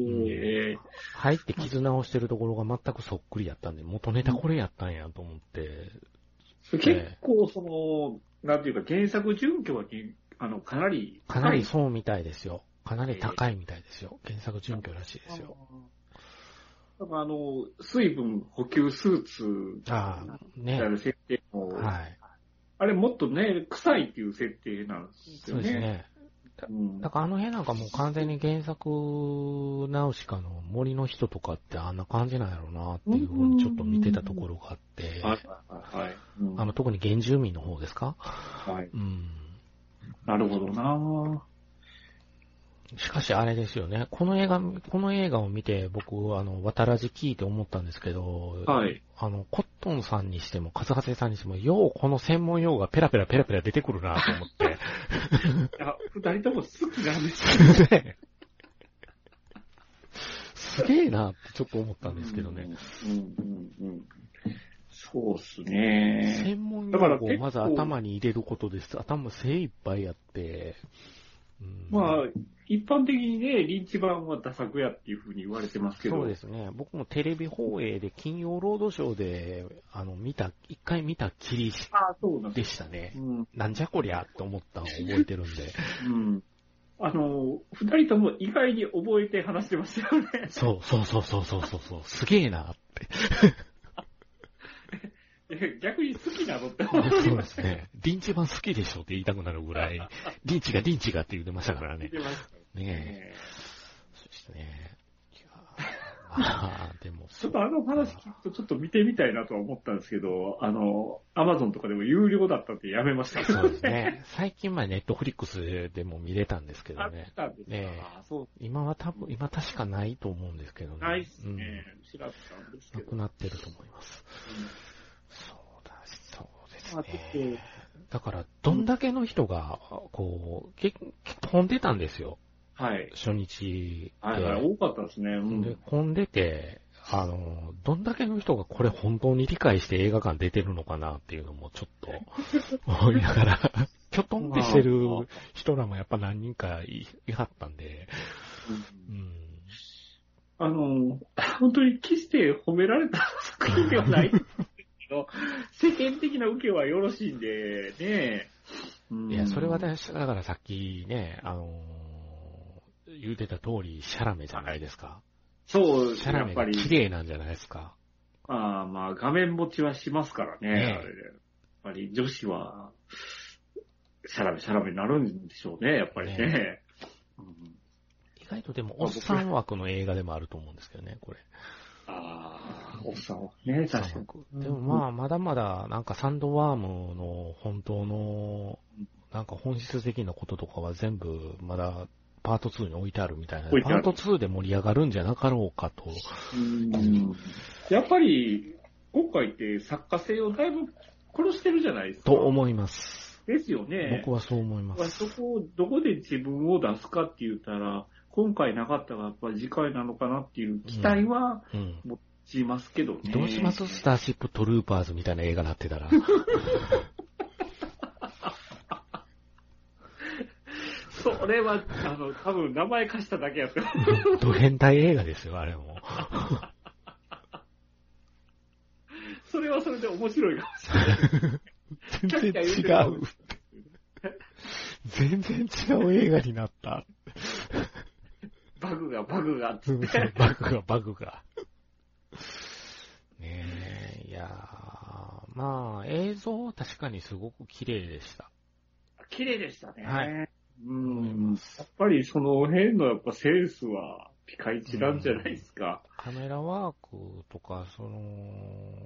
入って絆をしてるところが全くそっくりやったんで、元ネタこれやったんやと思って。 うん、結構その、なんていうか原作準拠は、あの、かなりかなりそうみたいですよ。かなり高いみたいですよ。原作準拠らしいですよ。 だからあの、水分補給スーツああ、ね。 設定も、 はい。 あれもっとね、臭いっていう設定なんですよね。 そうですね。だ, うん、だからあの辺なんかもう完全に原作ナウシカの森の人とかってあんな感じなんやろうなっていうふうにちょっと見てたところがあって、 はいはいはい。うん、 あの特に原住民の方ですか？ はい。 うん。 なるほどな。 しかしあれですよね。この映画、この映画を見て僕、あの、渡らじ聞いて思ったんですけど、 はい。 あの、コットンさんにしても、カズハセさんにしても、ようこの専門用語がペラペラペラペラ出てくるなと思って。 いや、二人とも好きなんですよね。 すげえなってちょっと思ったんですけどね。 うんうんうん、そうっすね。 専門用語をまず頭に入れることです。頭精一杯やって、 うん、まあ、一般的にね、リンチ版はダ作やっていうふうに言われてますけど。 そうですね。僕もテレビ放映で金曜ロードショーで、あの、見た、一回見たきりでしたね。うん、なんじゃこりゃって思ったのを覚えてるんで。 うん。あの、二人とも意外に覚えて話してましたよね。 そうそうそうそうそうそうそう。すげえなって。 逆に好きなのって思いました。 そうですね。リンチ版好きでしょって言いたくなるぐらい、リンチがリンチがって言ってましたからね。 言ってましたね。ねえ。そうですね。いやまあ、でも。 ちょっとあの話聞くとちょっと見てみたいなとは思ったんですけど、あの、アマゾンとかでも有料だったってやめましたけど、 ね。そうですね。最近までネットフリックスでも見れたんですけどね。 あったんですか。 ねあそう。 今は多分、今確かないと思うんですけどね。 ないっすね。知らったんですけど。 なくなってると思います。うんそうだ、そうですね。だから、どんだけの人が、こう、結構混んでたんですよ。 はい。 初日で。はいはい、多かったですね。うん、 で、混んでて、あの、どんだけの人がこれ本当に理解して映画館出てるのかなっていうのもちょっと思いながら、きょとんってしてる人らもやっぱ何人かいはったんで、 うんうんあの、本当に決して褒められた作品ではないんですけど、世間的な受けはよろしいんで、ね。 うん、いや、それはね、だからさっきね、あのー、言うてた通り、シャラメじゃないですか。 そう、 シャラメが綺麗なんじゃないですか。 ああ、まあ、画面持ちはしますからね。ねあれでやっぱり女子は、シャラメ、シャラメになるんでしょうね、やっぱりね。ねうん意外とでも、おっさん枠の映画でもあると思うんですけどね、これ。 ああ、おっさん枠ね、確かに。 でもまあ、まだまだ、なんかサンドワームの本当の、なんか本質的なこととかは全部、まだ、パートツーに置いてあるみたいな。パートツーで盛り上がるんじゃなかろうかと。 うんやっぱり、今回って作家性をだいぶ殺してるじゃないですか。 と思います。 ですよね。 僕はそう思います。 そこを、どこで自分を出すかって言ったら、今回なかったがやっぱり次回なのかなっていう期待は持ちますけどね。 うんうん、どうしますスターシップトルーパーズみたいな映画になってたら。 それは、あの、多分名前貸しただけやった。 ド変態映画ですよ、あれも。 それはそれで面白いかもしれない。 全然違う。全然違う映画になった。 バグが、バグがっつって。 バグが、バグが。ねえ、いやー、まあ、映像は確かにすごく綺麗でした。 綺麗でしたね。 はい。 うん。やっぱりその辺のやっぱセンスはピカイチなんじゃないですか。 カメラワークとか、その、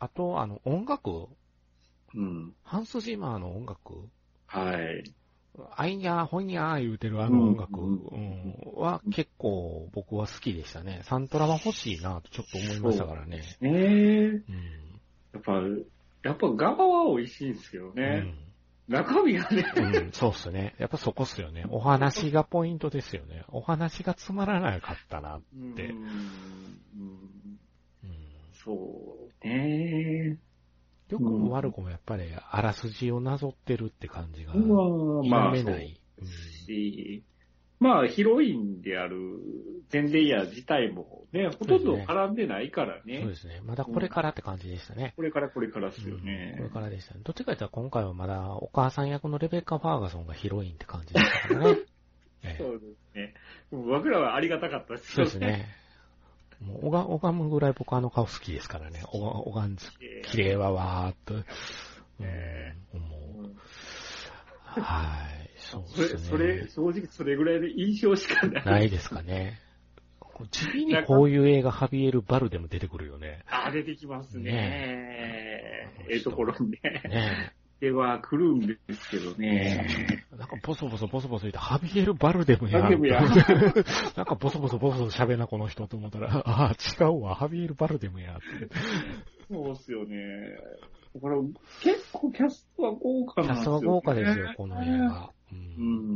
あと、あの、音楽、 うん。 ハンス・ジマーの音楽、 はい。 あいやー、ほんやー言うてるあの音楽、 ううんんは結構僕は好きでしたね。サントラは欲しいなとちょっと思いましたからね。 ねえ。 うん、 やっぱ、やっぱ側は美味しいんですけどね。 うん中身がね、 うん、そうっすね。やっぱそこっすよね。お話がポイントですよね。お話がつまらなかったなって。 うんうんうん、 そうね。 良くも悪くもやっぱりあらすじをなぞってるって感じが、 うん、まあ、 否めない。 そうし、まあ、ヒロインであるゼンデイヤ自体もね、ほとんど絡んでないからね。 そうですね。まだこれからって感じでしたね。 これからこれからですよね、 うん。これからでしたね。どっちかというと今回はまだお母さん役のレベッカ・ファーガソンがヒロインって感じでしたからね。ええ、 そうですね。僕らはありがたかったですよね。 そうですね。もう、おが、拝むぐらい僕あの顔好きですからね。おが、おがんず、綺麗はわーっと、うん、思う。うん、はい。そうですね。 それ、それ、正直それぐらいの印象しかない。 ないですかね。地味にこういう映画、ハビエル・バルデも出てくるよね。 あ、出てきますね。 ねええところにね。 ねでは来るんですけどね。 なんかボソボソボソボソ言って、ハビエル・バルデムやん。 バルデムやなんかボソボソボソボソ喋な、この人と思ったら、ああ、違うわ、ハビエル・バルデムやって。 そうっすよね。だから結構キャストは豪華なんですよね。 キャストは豪華ですよ、この映画。うん。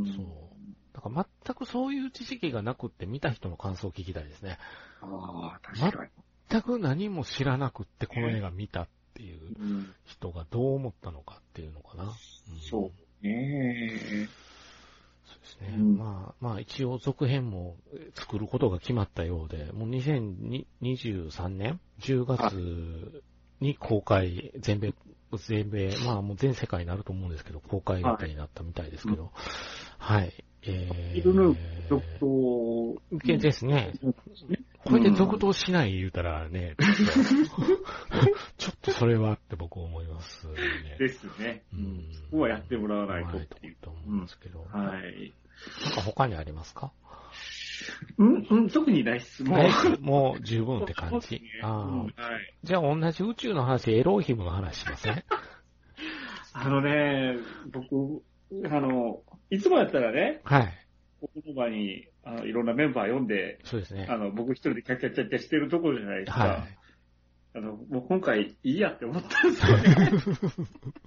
うん、 そう。だから全くそういう知識がなくって見た人の感想を聞きたいですね。 ああ、確かに。 全く何も知らなくってこの映画見たっていう人がどう思ったのかっていうのかな。うん、 そうね。 そうですね。うん、まあ、まあ一応続編も作ることが決まったようで、もうにせんにじゅうさんねんじゅうがつに公開、全米、全米、まあもう全世界になると思うんですけど、公開予定になったみたいですけど、はい。はい、えー、 いるの続投受けですね。これで続投しない言うたらね、ちょっと、ちょっとそれはって僕は思いますね。 ですね。うん。そこはやってもらわないとっていう。 と思うんですけど。 うん、はい。 なんか他にありますか？ うんうん、特にない質問。 もう十分って感じ。ね、あ、うん、はい。じゃあ同じ宇宙の話、エローヒムの話しますね。 あのね、僕、あの、いつもやったらね、 はい。 この場にあのいろんなメンバー読んで、 そうですね。 あの、僕一人でキャッキャッキャッキャしてるところじゃないですか。はい。あの、もう今回いいやって思ったんですよね。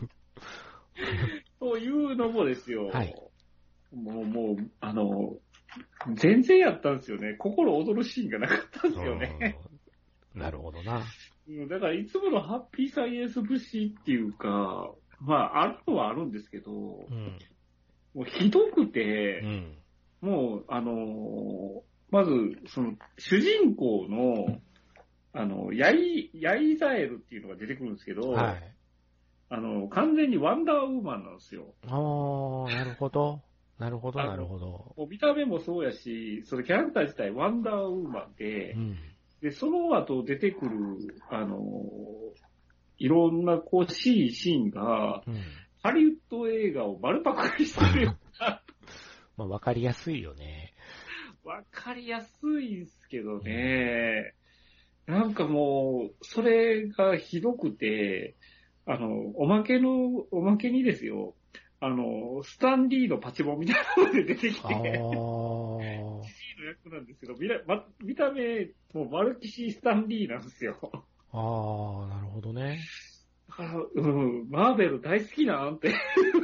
というのもですよ。はい。もう、もう、あの、全然やったんですよね。心躍るシーンがなかったんですよね。 なるほどな。 だからいつものハッピーサイエンス節っていうか、まあ、あるのはあるんですけど、うん、もうひどくて、うん、もう、あのー、まず、その、主人公の、あの、ヤイ、ヤイザエルっていうのが出てくるんですけど、はい、あの、完全にワンダーウーマンなんですよ。 ああ、なるほど。なるほど、なるほど。 見た目もそうやし、そのキャラクター自体ワンダーウーマンで、うん、で、その後出てくる、あの、いろんなこう、シーン、シーンが、うん、ハリウッド映画を丸パクリしてるような。 まあ、わかりやすいよね。 わかりやすいんすけどね、うん、なんかもう、それがひどくて、あの、おまけの、おまけにですよ、あの、スタンリーのパチモンみたいなので出てきて、ジジイの役なんですけど、見, ま、見た目、もう丸きしスタンリーなんですよ。 ああ、なるほどね。 だから、うん、マーベル大好きなんて。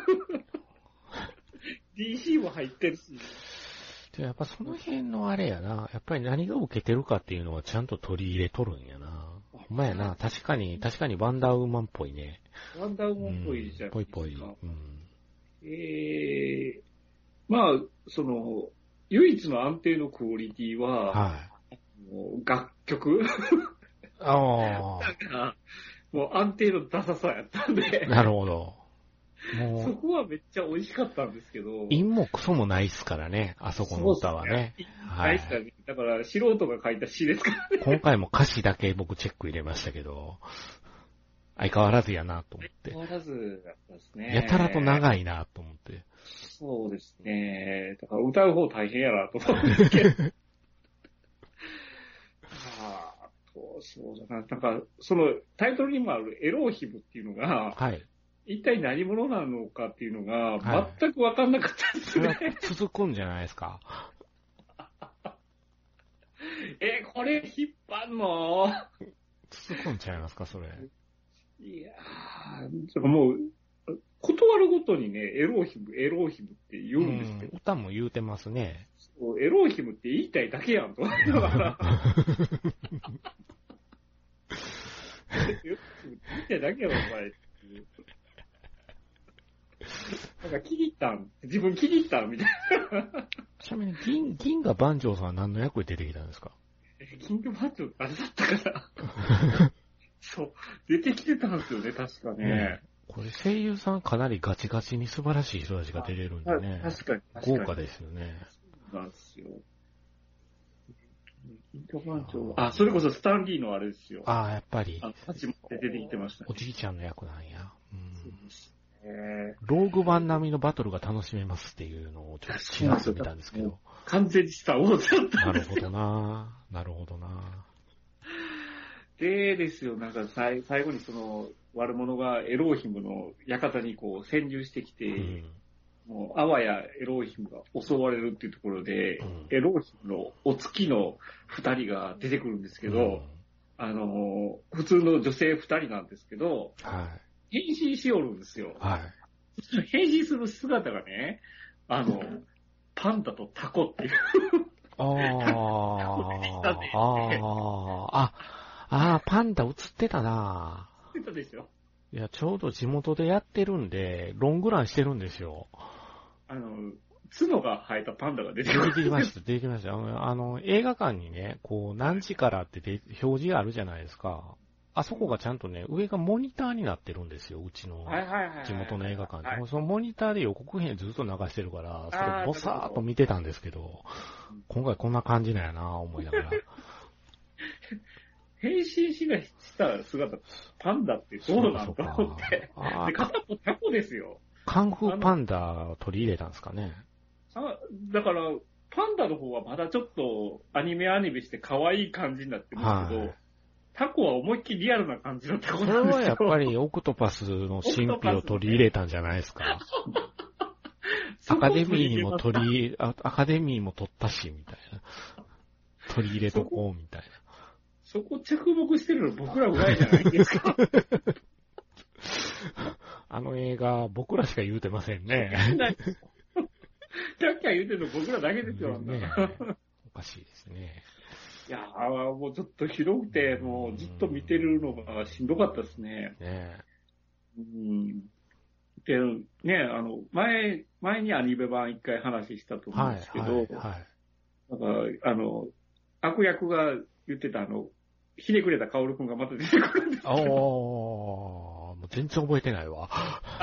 ディーシー も入ってるし。 やっぱその辺のあれやな、やっぱり何が受けてるかっていうのはちゃんと取り入れとるんやな。ほんまやな、確かに、確かにワンダーウーマンっぽいね。 ワンダーウーマンっぽいじゃん。 ぽいぽい。うん、 ええー、まあ、その、唯一の安定のクオリティは、はい、楽曲ああ。 だから、もう安定のダサさやったんで。 なるほど。もうそこはめっちゃ美味しかったんですけど。 韻もクソもないっすからね、あそこの歌はね。 はい。ないっすからね。だから素人が書いた詩ですからね。 今回も歌詞だけ僕チェック入れましたけど、相変わらずやなと思って。 相変わらずだったですね。 やたらと長いなと思って。 そうですね。だから歌う方大変やなと思うんですけど。あとそうだな。なんか、そのタイトルにもあるエローヒムっていうのが、 はい。 一体何者なのかっていうのが、 はい全くわかんなかったですそれはね。 続くんじゃないですか。 え、これ引っ張んの続くんちゃいますか、それ。 いやー、もう、断るごとにね、エローヒム、エローヒムって言うんですけど、 うん、歌も言うてますね。 エローヒムって言いたいだけやんと思いながら。言いたいだけやろ、お前。なんか気に入ったん自分気に入ったんみたいな。 ちなみに銀、銀河万丈さんは何の役で出てきたんですか？ え、キングバッチョあれだったかな。そう、出てきてたんですよね、確かね。 ねこれ声優さんかなりガチガチに素晴らしい人たちが出れるんでね。 確かに、確かに。 豪華ですよね。 そうなんですよ。キングバッチョあ、それこそスタンリーのあれですよ。 ああ、やっぱり。 あ、パチモって出てきてました、ね。 おじいちゃんの役なんや。うんえー、 ローグ版並みのバトルが楽しめますっていうのをちょっとちらっと見たんですけど。 完全にスターウォーズだったなんるほどななるほどなでですよ、なんか最最後にその悪者がエローヒムの館にこう潜入してきて、うん、もうあわやエローヒムが襲われるっていうところで、うん、エローヒムのお付きの二人が出てくるんですけど、うん、あの、普通の女性二人なんですけど、はい、変身しおるんですよ。はい、変身する姿がね、あの、パンダとタコっていう。 ああ、ああ、あ、パンダ映ってたな映ってたでしょ。 いや、ちょうど地元でやってるんで、ロングランしてるんですよ。 あの、角が生えたパンダが出てくる。 出てきました、出てきました。あの、あの映画館にね、こう、何時からってで表示あるじゃないですか。あそこがちゃんとね、上がモニターになってるんですよ、うちの地元の映画館で。はいはいはいはい、そのモニターで予告編ずっと流してるから、それボサーっと見てたんですけど、今回こんな感じなんやな思いながら。 変身しがした姿、パンダってどうなんだろうって。で、片っぽタコですよ。 カンフーパンダを取り入れたんですかね。 あ、だから、パンダの方はまだちょっとアニメアニメして可愛い感じになってますけど、はい、タコは思いっきりリアルな感じのタコなんですよ。 それはやっぱりオクトパスの神秘を取り入れたんじゃないですか。アカデミーにも取り、アカデミーも取ったし、みたいな。取り入れとこう、みたいな。 そこ着目してるの僕らぐらいじゃないですか。 あの映画、僕らしか言うてませんね。 キャッキャ言うてるの僕らだけですよ、ね、 おかしいですね。 いやー、もうちょっと広くて、もうずっと見てるのがしんどかったですね。 ねうん。で、ね、あの、前、前にアニメ版一回話したと思うんですけど、はいはいはい、なんか、あの、悪役が言ってたあの、ひねくれたカオルくんがまた出てくるんですけど。 ああ、もう全然覚えてないわ。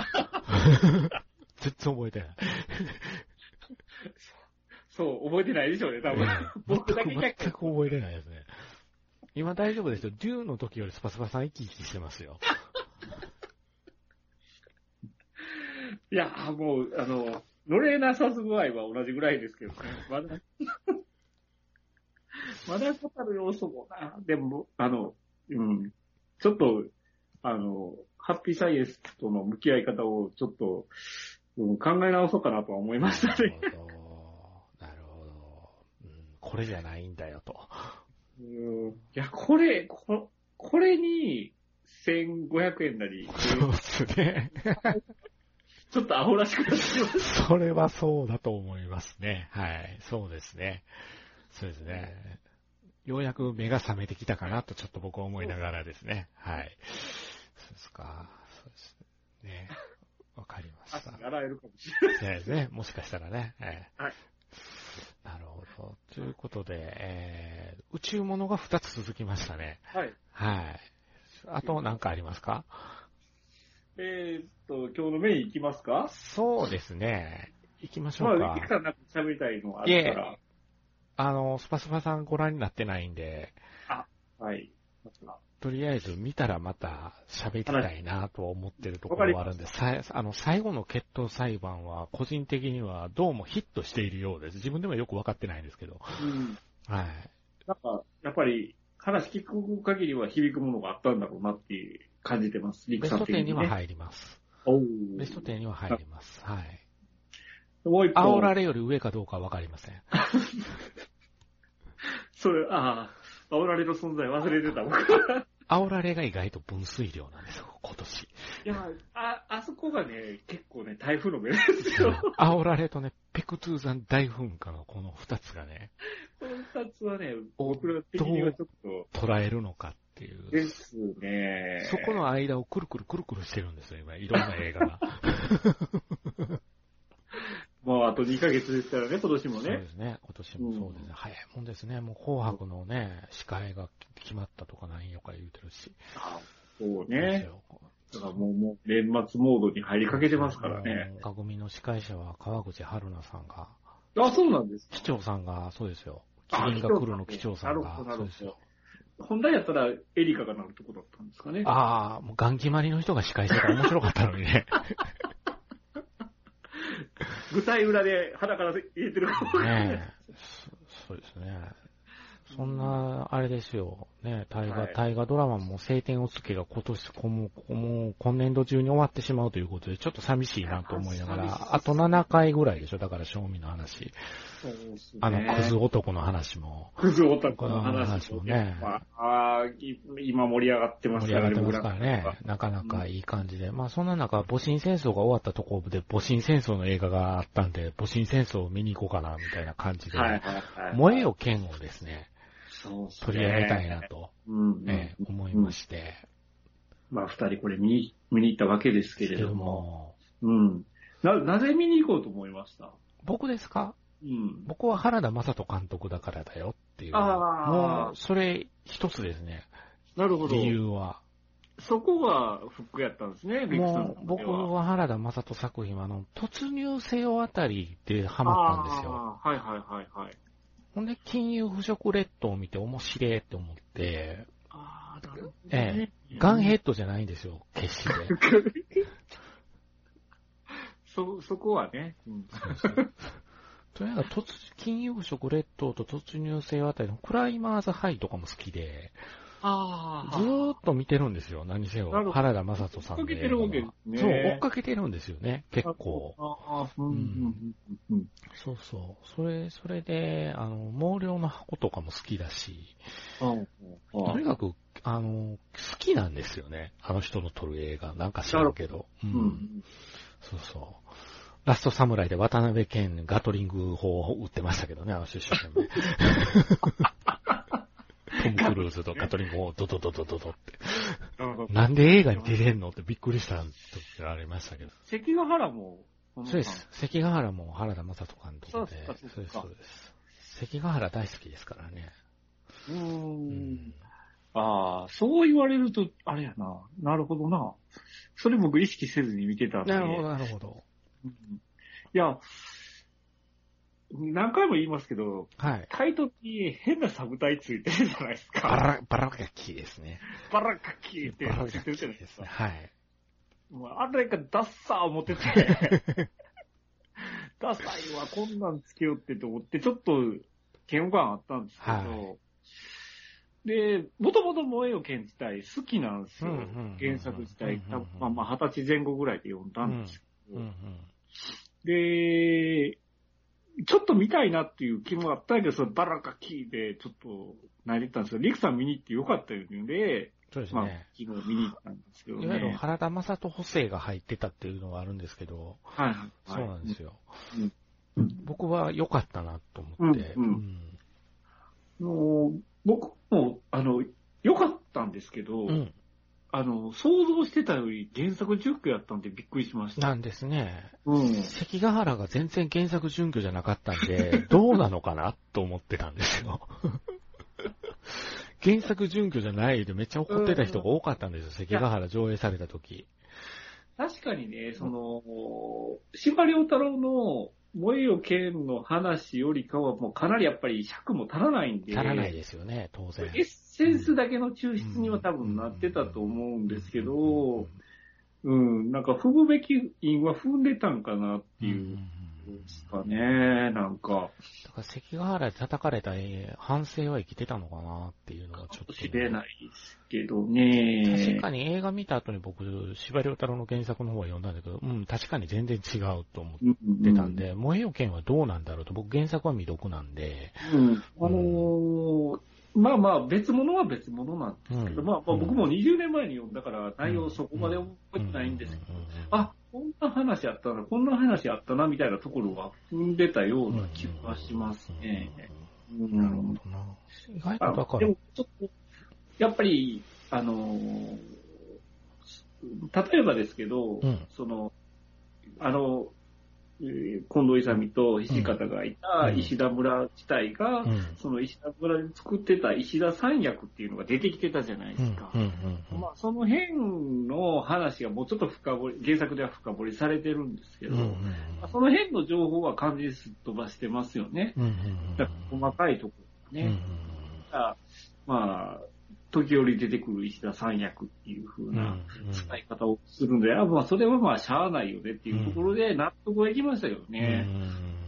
全然覚えてない。 そう、覚えてないでしょうね、多分。僕だけ全く覚えてないですね。今大丈夫ですよ。デューの時よりスパスパさん生き生きしてますよ。 いや、もう、あの、乗れなさす具合は同じぐらいですけどね。まだ、まだ語る要素もな。でも、あの、うん、ちょっと、あの、ハッピーサイエンスとの向き合い方をちょっと、うん、考え直そうかなとは思いましたね。 なるほど。なるほど。うん、これじゃないんだよと。 うん、いや、これ、ここれにせんごひゃくえんなり。 そうですね。 ちょっとアホらしくなってきました。 それはそうだと思いますね。はい。そうですね。そうですね。ようやく目が覚めてきたかなとちょっと僕は思いながらですね。はい。そうですか。そうですね。わかりました。 足洗えるかもしれないですね。もしかしたらね。えー、 はい。 なるほど。ということで、えー、宇宙物がふたつ続きましたね。 はい。 はい。あと何かありますか？ えー、っと、今日のメイン行きますか？ そうですね。行きましょうか。 まあ、いくらなんか喋りたいのあるから。 あの、スパスパさんご覧になってないんで。 あ、はい。 とりあえず見たらまた喋りたいなと思ってるところはあるんで、さあの、最後の決闘裁判は個人的にはどうもヒットしているようです。自分でもよくわかってないんですけど。 うん。 はい。 なんか、やっぱり話聞く限りは響くものがあったんだろうなって感じてます。 ベストじゅうには入ります。 おベストじゅうには入ります。はい。 もう一煽られより上かどうかはわかりません。 それ、ああ、煽られの存在忘れてた僕。 煽られが意外と分水量なんですよ、今年。 いや、あ、あそこがね、結構ね、台風の目ですよ。 煽られとね、ペクトゥー山大噴火のこの二つがね、 この二つはね、僕ら的にはちょっと。 捉えるのかっていう。 ですね。 そこの間をくるくるくるくるしてるんですよ、今、いろんな映画が。 もうあとにかげつですからね、今年もね。 そうですね、今年もそうですね。うん、早いもんですね。もう紅白のね、司会が決まったとか何よか言うてるし。 あそうね。だからもう、もう年末モードに入りかけてますからね。 番組の司会者は川口春奈さんが。 あ、そうなんですか。 機長さんが、そうですよ。キリンが来るの機長さんが。そうですよ。 本来やったらエリカがなるとこだったんですかね。 ああ、もうガン決まりの人が司会してたら面白かったのにね。 舞台裏で鼻から入れてるかもねえ。そうですね。そんな、あれですよ。ね、大河、はい、大河ドラマも青天を衝けが今年、もう、もう今年度中に終わってしまうということで、ちょっと寂しいなと思いながら、あとななかいぐらいでしょ、だから正味の話。そうですね。あの、クズ男の話も。 クズ男の話もね。 まあ、あ今盛り上がってますからね。 盛り上がってますからね。なかなかいい感じで。うん、まあそんな中、戊辰戦争が終わったところで、戊辰戦争の映画があったんで、戊辰戦争を見に行こうかな、みたいな感じで。はいはいはい、燃えよ剣をですね。そうですね、取り上げたいなと、うんうんね、思いまして。 うん、まあ、二人これ見に、見に行ったわけですけれども。うん。な、なぜ見に行こうと思いました？ 僕ですか？ うん。 僕は原田雅人監督だからだよっていう。ああ。もう、それ一つですね。 なるほど。 理由は。 そこがフックやったんですね、 もう、僕は原田雅人作品は、あの、突入せよあたりでハマったんですよ。 はいはいはいはい。 ほんで、金融腐食列島を見て面白いって思って、 ああ、なるほど、ね。 ええ、ガンヘッドじゃないんですよ、決して。 そ、そこはね。うん、 そうそうとにかく突、金融腐食列島と突入せよあたりのクライマーズハイとかも好きで、 あずーっと見てるんですよ、何せよ。原田雅人さんで。 追っかけてるわけですね。 そう、追っかけてるんですよね、結構。 ああ、うんうんうん、 そうそう。それ、それで、あの、毛量の箱とかも好きだし、 とにかく、あの、好きなんですよね、あの人の撮る映画。なんか知らんけど。うん。うん、そうそう。ラストサムライで渡辺謙ガトリング砲を撃ってましたけどね、あの出身で。トム・クルーズとガトリング砲をドドドドドドって。なんで映画に出れんのってびっくりした時がありましたけど。 関ヶ原もそうです。関ヶ原も原田雅人監督で。そうです、そうです。そうです。関ヶ原大好きですからね。 うーん。うん、ああ、そう言われると、あれやな。なるほどな。それ僕意識せずに見てたんで。 なるほど、なるほど。 うん、いや、何回も言いますけど、 はい。 タイトルに変なサブタイついてるじゃないですか。 バラ、バラガキですね。 バラガキってついてるじゃないですか。 はい。 もうあれがダッサー思ってて、ダサいわ、こんなんつけよってと思って、ちょっと嫌悪感あったんですけど、はい、で、もともと燃えよ剣自体好きなんですよ。原作自体。まあまあ、二十歳前後ぐらいで読んだんですけど、うんうんうん、で、ちょっと見たいなっていう気もあったけど、そのバラガキでちょっと泣いてたんですけど、リクさん見に行ってよかったよね。 そうですね。まあ、 昨日見に行ったんですけどね。 いわゆる原田雅人補正が入ってたっていうのがあるんですけど、 はい、はい、 そうなんですよ。 うん、 僕は良かったなと思って。 うんうんうん、の僕も、あの、良かったんですけど、うん、あの、想像してたより原作準拠やったんでびっくりしました。 なんですね。 うん。 関ヶ原が全然原作準拠じゃなかったんで、どうなのかなと思ってたんですよ。原作準拠じゃないでめっちゃ怒ってた人が多かったんですよ、関ヶ原上映された時。 確かにね、その、司馬遼太郎の燃えよ剣の話よりかはもうかなりやっぱり尺も足らないんで。 足らないですよね、当然。 エッセンスだけの抽出には多分なってたと思うんですけど、うん、なんか踏むべき因は踏んでたんかなっていう。ですかね、なんか。 だから関ヶ原で叩かれた反省は生きてたのかなっていうのはちょっと。 しれないですけどね。 確かに映画見た後に僕、司馬遼太郎の原作の方は読んだんだけど、うん、確かに全然違うと思ってたんで、うんうん、燃えよ剣はどうなんだろうと、僕原作は未読なんで。 うん。あのー、まあまあ別物は別物なんですけど、うん、まあ、まあ僕もにじゅうねんまえに読んだから内容そこまで覚えてないんですけど、あ、こんな話あったな、こんな話あったなみたいなところは踏んでたような気がしますね。 うん、なるほどな。意外とだから。 でもちょっと、やっぱり、あの、例えばですけど、うん、その、あの、近藤勇と土方がいた石田村自体が、うん、その石田村で作ってた石田三役っていうのが出てきてたじゃないですか。まあ、その辺の話がもうちょっと深掘り、原作では深掘りされてるんですけど、うんうんうん、まあ、その辺の情報は完全にすっ飛ばしてますよね。うんうんうん、だから細かいところね。うんうんうん、まあ、時折出てくる石田三役っていう風な使い方をするので、うんうん、まあそれはまあしゃあないよねっていうところで納得はいきましたけどね。うんうん、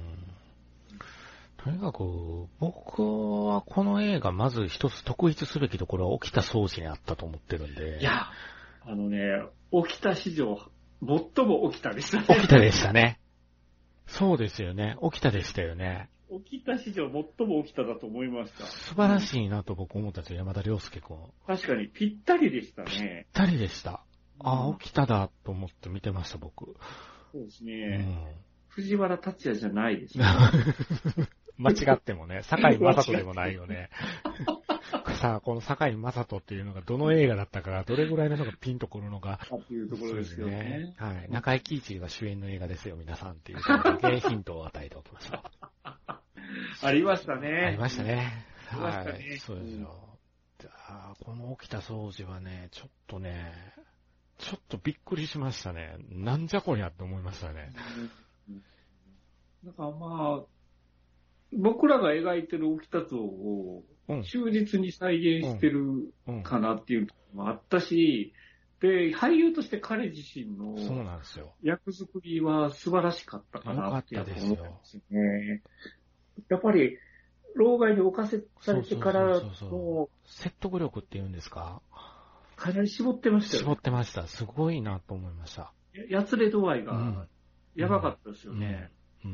とにかく僕はこの映画まず一つ特筆すべきところは沖田総司にあったと思ってるんで。 いや、あのね、沖田史上最も沖田でしたね。 沖田でしたね。そうですよね。沖田でしたよね。 沖田史上最も沖田だと思いました。 素晴らしいなと僕思ったんですよ、山田涼介君。 確かに、ぴったりでしたね。 ぴったりでした。ああ、沖田だと思って見てました、僕。 そうですね。うん、藤原竜也じゃないですね。 間違ってもね、堺雅人でもないよね。さあ、この堺雅人っていうのがどの映画だったか、どれぐらいののがピンとくるのか。 っていうところですよね。 はい。中井貴一が主演の映画ですよ、皆さんっていうだけヒントを与えておきましょう。 ありましたね。 ありましたね。 はい。 そうですよ。うん、あこの沖田総司はね、ちょっとね、ちょっとびっくりしましたね。なんじゃこりゃって思いましたね。 だからまあ、僕らが描いてる沖田像を忠実に再現してるかなっていうのもあったし、で、俳優として彼自身の役作りは素晴らしかったかなって思うんですよね。やっぱり、老害に侵されてからの説得力っていうんですか、 かなり絞ってましたよね。 絞ってました。すごいなと思いました。 やつれ度合いがやばかったですよね。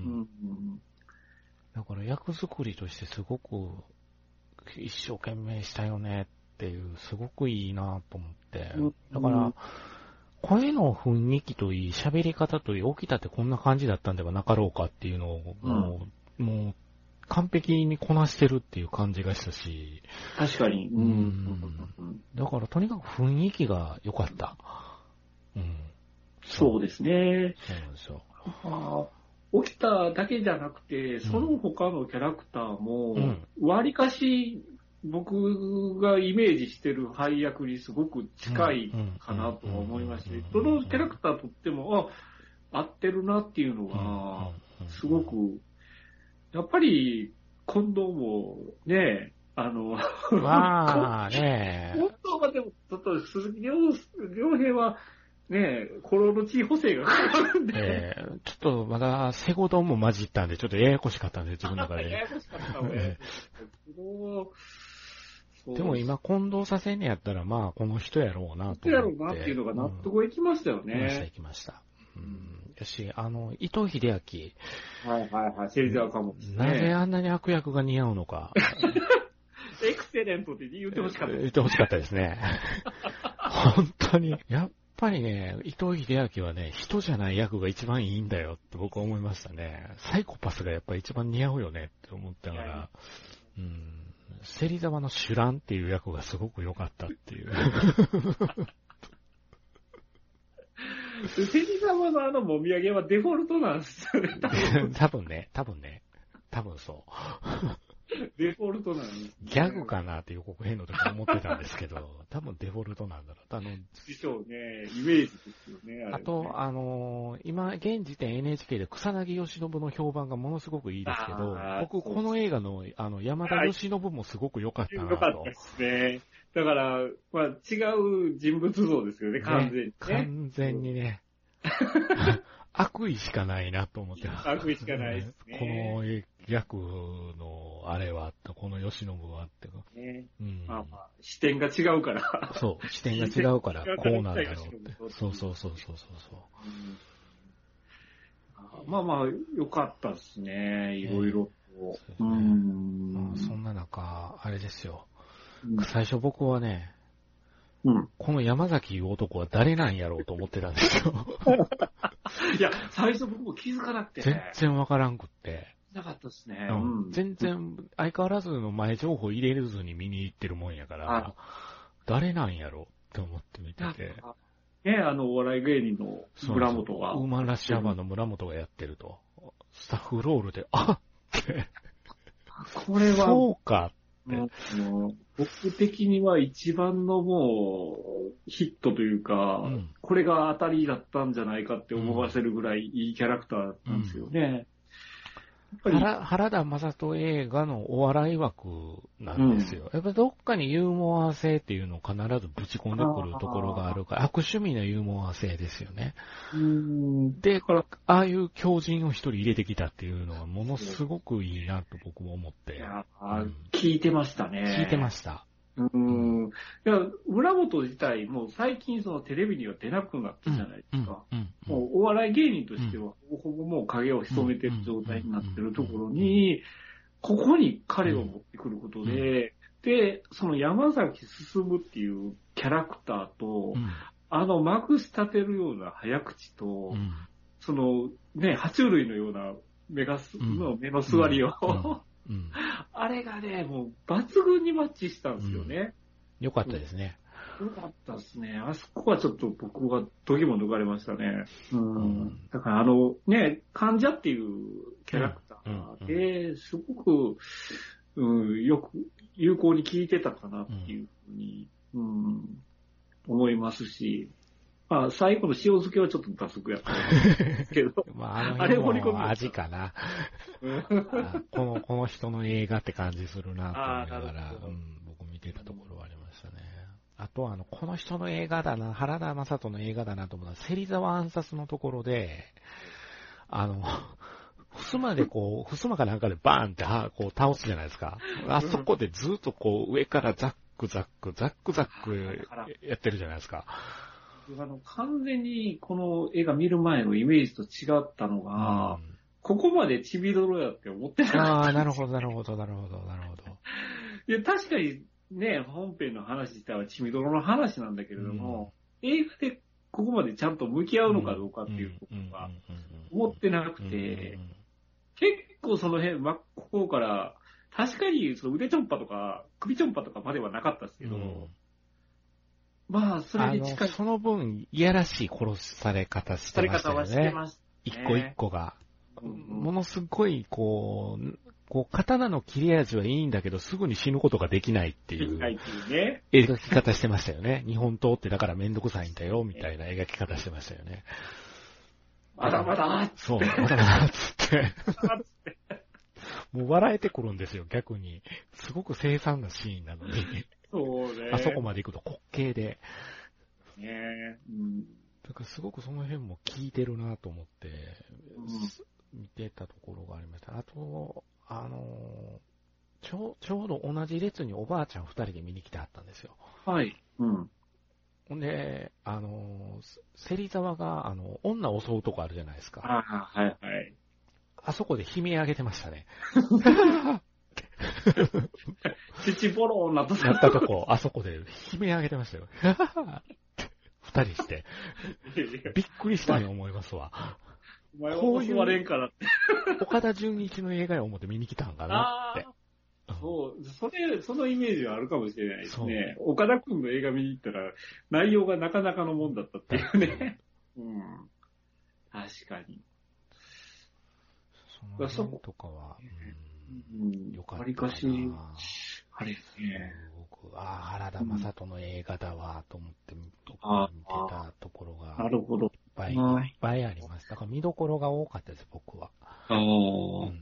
だから役作りとしてすごく一生懸命したよねっていう、すごくいいなと思って。だから、声の雰囲気といい、喋り方といい、沖田ってこんな感じだったんではなかろうかっていうのを、もう、うん、もう完璧にこなしてるっていう感じがしたし。 確かに。 うん。だからとにかく雰囲気が良かった。 うん。そうですね。 そうなんですよ。 あ沖田だけじゃなくて、その他のキャラクターも、わりかし僕がイメージしてる配役にすごく近いかなと思いまして、どのキャラクターとっても、あ、合ってるなっていうのが、すごく、やっぱり、近藤もね、あの、 まあね、 近藤はでも、ちょっと鈴木亮平は、ねえ、心の地補正がかかるんで。 ええー、ちょっとまだ、セゴドンも混じったんで、ちょっとややこしかったんで、自分の中で。 ややこしかったね。 でも今、近藤させんねやったら、まあ、この人やろうなと思って。 人やろうなっていうのが納得いきましたよね。 いきました、いきました。うん。よし、あの、伊藤英明。 はいはいはい、芹沢かも、 ね。なぜあんなに悪役が似合うのか。 エクセレントって言ってほしかった。 言ってほしかったですね。本当に。やっぱりね、伊藤英明はね、人じゃない役が一番いいんだよって僕は思いましたね。サイコパスがやっぱり一番似合うよねって思ったから、うん、芹沢のシュランっていう役がすごく良かったっていう。 芹沢のあのもみあげはデフォルトなんですよね。 多分ね、多分ね、多分そう。 デフォルトなんです、ね。 ギャグかなって予告編の時思ってたんですけど、多分デフォルトなんだろう。あの、 でしょうね。イメージですよね。あ, ねあと、あのー、今、現時点 エヌエイチケー で草薙義信の評判がものすごくいいですけど、僕、この映画の、あの、山田義信もすごく良かったなと。 良かったですね。だから、まあ、違う人物像ですよね、完全に、ね。 完全にね。 悪意しかないなと思って。 悪意しかないですね。 この役のあれは、この吉信はってか。 ね、 うん、 まあまあ、視点が違うから。 そう、視点が違うから、こうなんだろうって。そうそうそうそうそうそう、 うん。まあまあ、よかったですね。いろいろと。 うん。まあ、そんな中、あれですよ。うん、最初僕はね、うん、この山崎いう男は誰なんやろうと思ってたんですよ。 いや、最初僕も気づかなくて。 全然わからんくって。 なかったですね。 うん。全然、相変わらずの前情報入れずに見に行ってるもんやから、誰なんやろうって思って見てて。 ね、あの、お笑い芸人の村本が。 ウーマンラッシュアワーの村本がやってると。スタッフロールで、あって。 これは。 そうかって。 僕的には一番のもうヒットというか、うん、これが当たりだったんじゃないかって思わせるぐらいいいキャラクターなんですよね。 うん、原, 原田雅人映画のお笑い枠なんですよ。うん、やっぱどっかにユーモア性っていうのを必ずぶち込んでくるところがあるから、悪趣味なユーモア性ですよね。 うんで、ああいう狂人を一人入れてきたっていうのはものすごくいいなと僕も思って。 いや、うん、聞いてましたね。 聞いてました。 うーん。いや、村本自体も最近そのテレビには出なくなったじゃないですか。うんうんうん、もうお笑い芸人としてはほぼほぼもう影を潜めてる状態になってるところに、ここに彼を持ってくることで、で、その山崎進っていうキャラクターと、あのまくし立てるような早口と、そのね、爬虫類のような目がす、の目の座りを、うん、あれがね、もう抜群にマッチしたんですよね。 うん、よかったですね。 よかったですね。あそこはちょっと僕は時も抜かれましたね。うん。うん、だからあのね、患者っていうキャラクターで、すごく、うん、よく有効に効いてたかなっていうふうに、うん、思いますし、まあ、最後の塩漬けはちょっと脱足やったんですけど。 まあ、あの辺も味かな。この、この人の映画って感じするなと思いながら、うん、僕見てたところはありましたね。あとは、あの、この人の映画だな、原田雅人の映画だなと思ったら、芹沢暗殺のところで、あの、襖でこう、襖かなんかでバーンってはこう倒すじゃないですか。あそこでずっとこう、上からザックザック、ザックザックやってるじゃないですか。 あの、完全にこの映画見る前のイメージと違ったのが、うん、ここまでちびどろやって思ってなかった。 ああ、なるほど、なるほど、なるほど、なるほど。 いや、確かにね、本編の話自体はちびどろの話なんだけれども、うん、映画でここまでちゃんと向き合うのかどうかっていうことが思ってなくて、結構その辺、真っ向から、確かにその腕ちょんぱとか首ちょんぱとかまではなかったですけど、うんまあ、それに近い。 その分、いやらしい殺され方してましたよね。殺され方はしてました、ね。一個一個が。うんうん、ものすごい、こう、こう、刀の切れ味はいいんだけど、すぐに死ぬことができないっていう。 できないっていうね。 描き方してましたよね。日本刀ってだからめんどくさいんだよ、みたいな描き方してましたよね。 まだまだそう、まだまだつって。もう笑えてくるんですよ、逆に。すごく凄惨なシーンなのに。 そうね。 あそこまで行くと滑稽で。 ねえ。うん。 だからすごくその辺も効いてるなと思って、うん、見てたところがありました。あと、あの、ちょ、ちょうど同じ列におばあちゃん二人で見に来てはったんですよ。 はい。うん。 ほんで、あの、芹沢が、あの、女を襲うとこあるじゃないですか。 ああ、はいはい。 あそこで悲鳴上げてましたね。 父ボローなったなったとこ、あそこで悲鳴上げてましたよ。二人して。びっくりしたよ思いますわ。 お前は襲われんからって。 岡田准一の映画を思って見に来たんかなって。 そう、それ、そのイメージはあるかもしれないですね。岡田くんの映画見に行ったら、内容がなかなかのもんだったっていうね。うん。確かに。 その辺とかは、 うん、よかったな。わりかし、あれですね。 僕、ああ、原田雅人の映画だわ、と思って見てたところが、 なるほど。いっぱい、いっぱいあります。だから見どころが多かったです、僕は。 ああ、うん、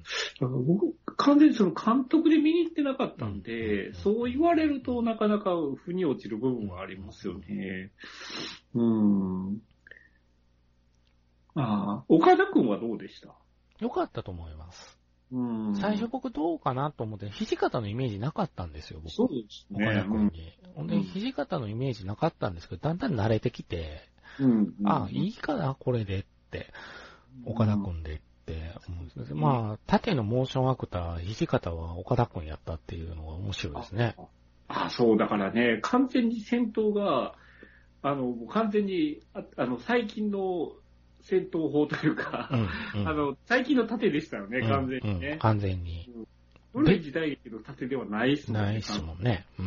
僕、完全にその監督で見に行ってなかったんで、うん、そう言われるとなかなか腑に落ちる部分はありますよね。うん。 ああ、岡田くんはどうでした？ よかったと思います。 うん。 最初僕どうかなと思って、土方のイメージなかったんですよ、僕。 そうですね。 岡田くんに。ほ、うんで、 ん、 土方のイメージなかったんですけど、だんだん慣れてきて、 うん。 ああ、いいかな、これでって、岡田くんでって思うんです。まあ、縦のモーションアクター、土方は岡田くんやったっていうのが面白いですね。 ああ、そう、だからね、完全に戦闘が、あの、完全に、あ, あの、最近の戦闘法というか、うんうん、あの、最近の盾でしたよね、完全にね。 うんうん、完全に。 古い時代劇の盾ではないっすもんね。 ないっすもんね。うん。うん、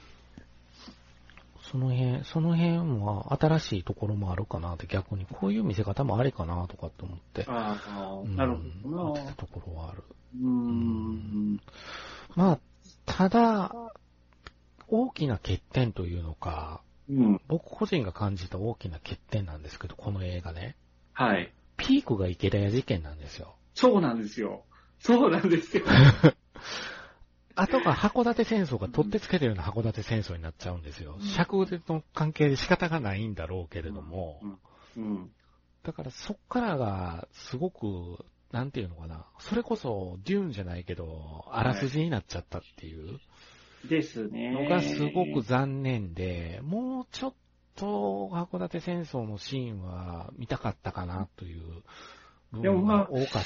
その辺、その辺は新しいところもあるかなって、逆にこういう見せ方もありかなとかって思って。 ああ、うん、なるほどな。 ってたところはある。 うーん。 まあ、ただ、大きな欠点というのか、うん、僕個人が感じた大きな欠点なんですけど、この映画ね。 はい。 ピークが池田屋事件なんですよ。 そうなんですよ。そうなんですよ。 あとが函館戦争が取ってつけたような函館戦争になっちゃうんですよ。うん、尺の関係で仕方がないんだろうけれども。うんうん、だからそっからがすごく、なんていうのかな。それこそデューンじゃないけど、あらすじになっちゃったっていう。 ですね。 のがすごく残念で、もうちょっと函館戦争のシーンは見たかったかなという部分が多かった。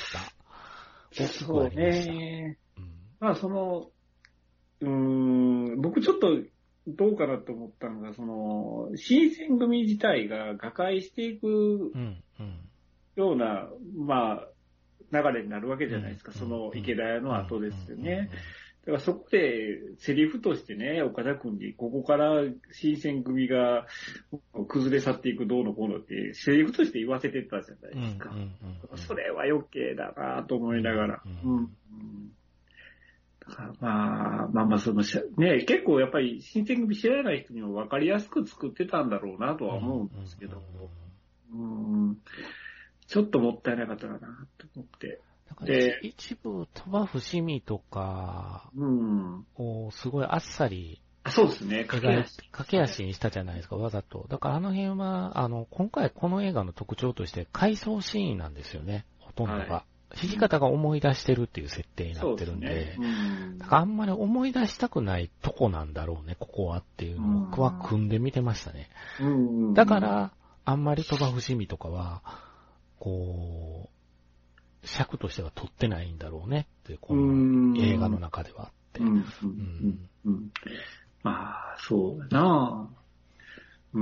大きくありました。そうね。 うん、まあその、うーん、僕ちょっとどうかなと思ったのが、その、新選組自体が瓦解していくような、うんうん、まあ、流れになるわけじゃないですか、うん、その池田屋の後ですよね。だからそこでセリフとしてね、岡田君にここから新選組が崩れ去っていくどうのこうのってセリフとして言わせてたじゃないですか。うんうんうん、それは余計だなと思いながら。うんうんうん、だからまあ、まあまあその、ね、結構やっぱり新選組知らない人にも分かりやすく作ってたんだろうなとは思うんですけど、うんうん、ちょっともったいなかったかなと思って。 で一部、鳥羽伏見とかをすごいあっさり、 うん、そうですね、 駆け足。駆け足にしたじゃないですか、わざと。だからあの辺は、あの、今回この映画の特徴として回想シーンなんですよね、ほとんどが。土方が思い出してるっていう設定になってるんで、でね、うん、だからあんまり思い出したくないとこなんだろうね、ここはっていうのを僕は組んで見てましたね。うん、だから、あんまり鳥羽伏見とかは、こう、尺としては撮ってないんだろうねって、この映画の中ではあって。うんうんうんうん、まあ、そうだなぁ。うん。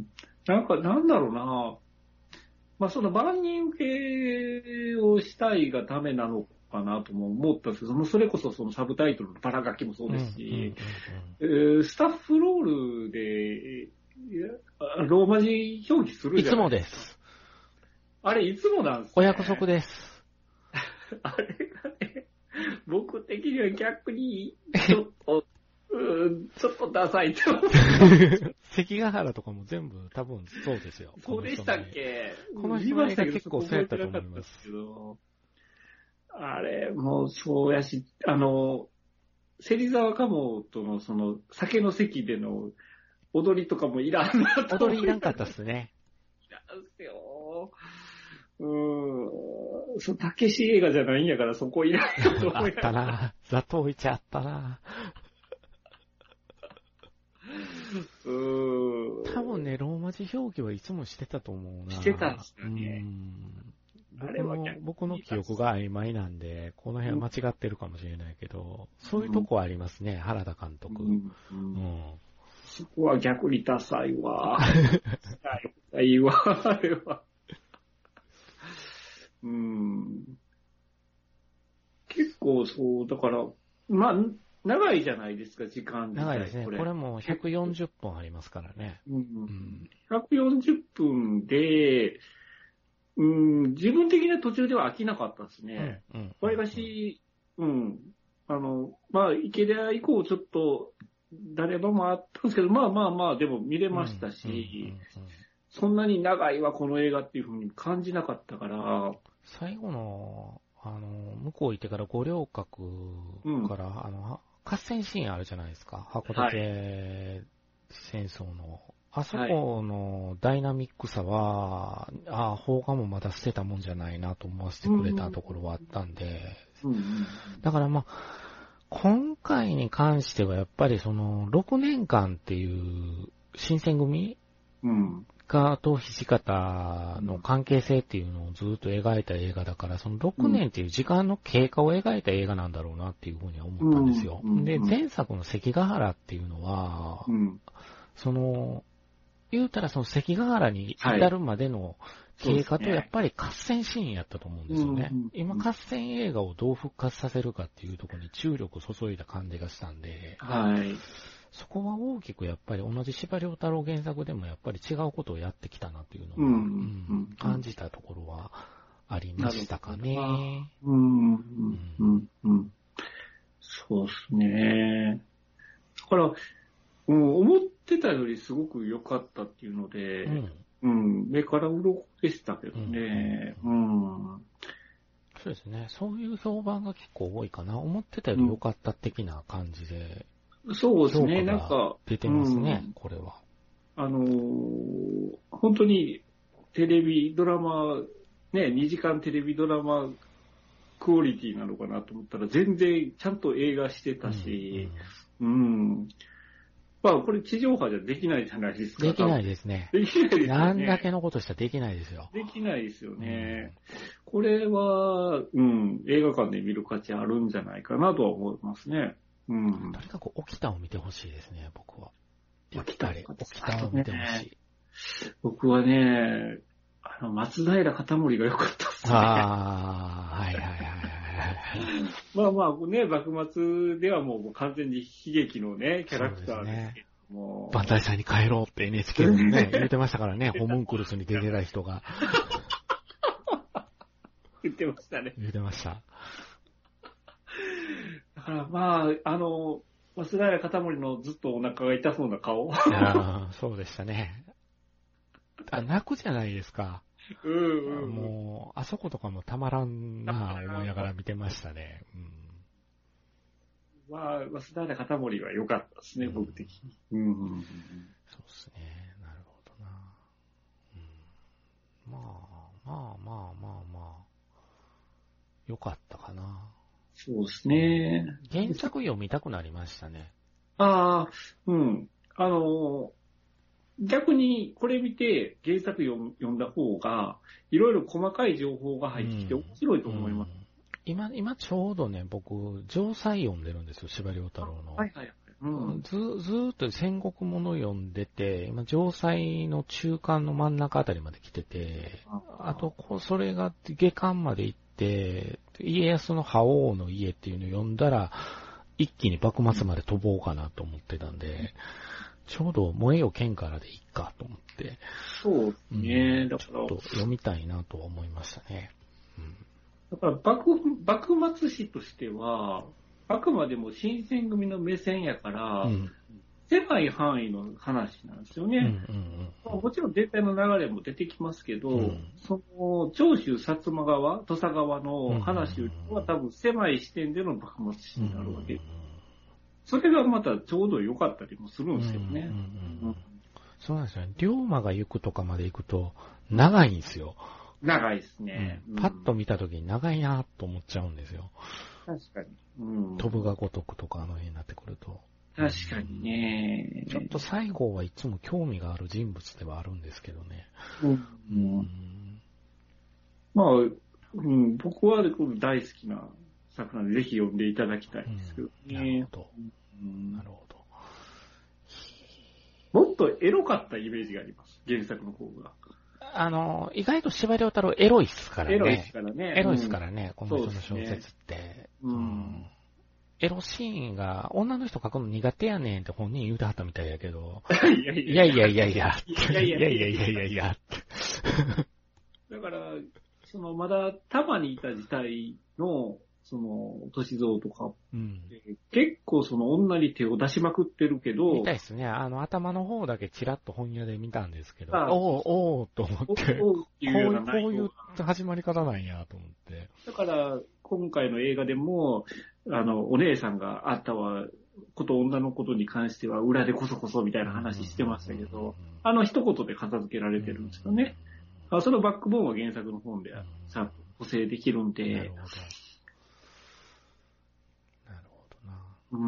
なんか、なんだろうなぁ。まあ、その万人受けをしたいがためなのかなとも思ったんですけど、それこそそのサブタイトルのバラ書きもそうですし、スタッフロールで、ローマ字表記するじゃないですか。いつもです。あれ、いつもなんですね。 お約束です。 あれがね、僕的には逆に、ちょっと、うーん、ちょっとダサいと思う。 関ヶ原とかも全部多分そうですよ。 そうでしたっけ？ この人が結構そうやったと思います。 あれ、もうそうやし、あの、芹沢鴨とのその酒の席での踊りとかもいらんなと。 踊りいらんかったっすね。 いらんすよ。うーん。そう、たけし映画じゃないんやからそこいらんよと思いながら。あったな。ザトウイチあったな。 うーん。 多分ね、ローマ字表記はいつもしてたと思うな。 してたんですよね。 僕の、僕の記憶が曖昧なんで、この辺は間違ってるかもしれないけど、うん、そういうとこありますね、原田監督。うんうん、 そこは逆にダサいわ。ダサいわ、あれは。うん。結構そう、だから、まあ、長いじゃないですか、時間自体。 長いですね。これ, これもひゃくよんじゅっぷんありますからね。うんうん、 ひゃくよんじゅっぷんで、うん、自分的には途中では飽きなかったですね。わりかし、うん。あの、まあ、池田以降ちょっと、誰場もあったんですけど、まあまあまあ、でも見れましたし、そんなに長いわ、この映画っていうふうに感じなかったから。 最後の、あの、向こう行ってから五稜郭から、うん、あの、合戦シーンあるじゃないですか。函館戦争のあそこのダイナミックさは、ああ、邦画もまだ捨てたもんじゃないなと思わせてくれたところはあったんで、 うんうん、 だからまあ、今回に関してはやっぱりその、ろくねんかんっていう新選組がと土方の関係性っていうのをずっと描いた映画だから、そのろくねんっていう時間の経過を描いた映画なんだろうなっていうふうには思ったんですよ。で、前作の関ヶ原っていうのは、その、言うたらその関ヶ原に至るまでの経過とやっぱり合戦シーンやったと思うんですよね。今合戦映画をどう復活させるかっていうところに注力を注いだ感じがしたんで、 はい、 そこは大きくやっぱり同じ司馬遼太郎原作でもやっぱり違うことをやってきたなっていうのは、うんうん、感じたところはありましたかね。 うんうんうん、そうですね。だから、うん、思ってたよりすごく良かったっていうので、うんうん、目から鱗でしたけどね、うんうん。 そうですね。そういう評判が結構多いかな。思ってたより良かった的な感じで。 うん、そうですね、なんか。 出てますね、うん、これは。 あのー、本当にテレビドラマ、ね、にじかんテレビドラマクオリティなのかなと思ったら、全然ちゃんと映画してたし、うん、うんうんまあ、これ地上波じゃできないじゃないですか。 できないですね。 できないですよね。 何だけのことしたらできないですよ。 できないですよね。うん、これは、うん、映画館で見る価値あるんじゃないかなとは思いますね。うん。 とにかく起きたを見てほしいですね、僕は。起きたり、起きたを見てほしい。 僕はね、あの、松平片森が良かったっすね。 ああ、はいはいはいはい。 まあまあね、幕末ではもう完全に悲劇のね、キャラクターですけども。 万歳祭に帰ろうって エヌエイチケー でね、言ってましたからね、ホムンクルスに出てた人が。 言ってましたね。 言ってました。 だからまあ、あの、松平片森のずっとお腹が痛そうな顔。 あそうでしたね。あ、泣くじゃないですか。 うんうんうん、 もう、あそことかもたまらんなぁ思いながら見てましたね。 うん、まあ、松平片森は良かったですね、うん、僕的に、うんうんうん。 そうですね。なるほどな、うん。まあ、まあまあまあまあ、良かったかな。 そうですね。 原作読みたくなりましたね。 ああ、うん。あの、逆にこれ見て原作読んだ方がいろいろ細かい情報が入ってきて面白いと思います。うんうん、 今、今ちょうどね、僕、城塞読んでるんですよ、司馬遼太郎の。 はいはいはい。うん、 ず、ずーっと戦国もの読んでて、今、城塞の中間の真ん中あたりまで来てて、あ, あと、それが下巻まで行って、家康の覇王の家っていうのを読んだら、一気に幕末まで飛ぼうかなと思ってたんで、うんちょうど燃えよ剣からでいいかと思って。 そうですね。うん、だから。ちょっと読みたいなとは思いましたね。 うん、だから幕、幕末史としては、あくまでも新選組の目線やから、うん、狭い範囲の話なんですよね。うんうんうん、もちろん全体の流れも出てきますけど、うん、その長州薩摩側、土佐側の話よりは多分狭い視点での幕末史になるわけです。うんうんうんそれがまたちょうど良かったりもするんですよね。 そうなんですよね。龍馬が行くとかまで行くと長いんですよ。 長いですね。 うん、パッと見たときに長いなと思っちゃうんですよ。 確かに。 うん、飛ぶが如くとかあの辺になってくると。 確かにね。 ちょっと西郷はいつも興味がある人物ではあるんですけどね。 うんうん、まあ、うん、僕は大好きな作なのでぜひ読んでいただきたいんですけどね。 なるほど。なるほど。 もっとエロかったイメージがあります。原作の方が。 あの、意外と司馬遼太郎エロいっすからね。 エロいっすからね。 エロいっすからね、うん、この人の小説って。う、ね、うん、エロシーンが、女の人書くの苦手やねんって本人言うてはったみたいやけど。いやいやいやいやいや。いやいやいやいやいやいや。 だから、そのまだ多摩にいた時代の、その、歳三とか、うん、結構その女に手を出しまくってるけど、 見たいですね。あの、頭の方だけチラッと本屋で見たんですけど、おーおーと思って、おーっていうようなこういう、こういう始まり方なんやと思って。 だから、今回の映画でも、あの、お姉さんがあったは、 子と女のことに関しては裏でこそこそみたいな話してましたけど、あの一言で片付けられてるんですよね。あそのバックボーンは原作の本でちゃんと補正できるんで。 なるほど。なるほどな。 うん。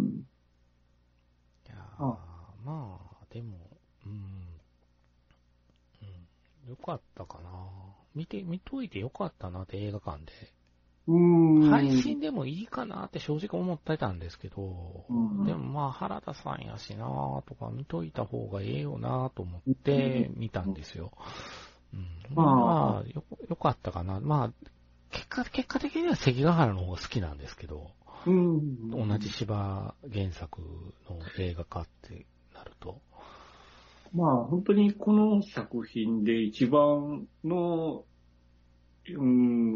いやー、まあ、でも、うん、うん。よかったかな。見て、見といてよかったなって映画館で。 うーん。 配信でもいいかなって正直思ってたんですけど、うん、でもまあ原田さんやしなとか見といた方がええよなと思って見たんですよ。うん、まあよ、よかったかな。まあ、結果、結果的には関ヶ原の方が好きなんですけど、うん、同じ芝原作の映画化ってなると。 まあ本当にこの作品で一番のうん、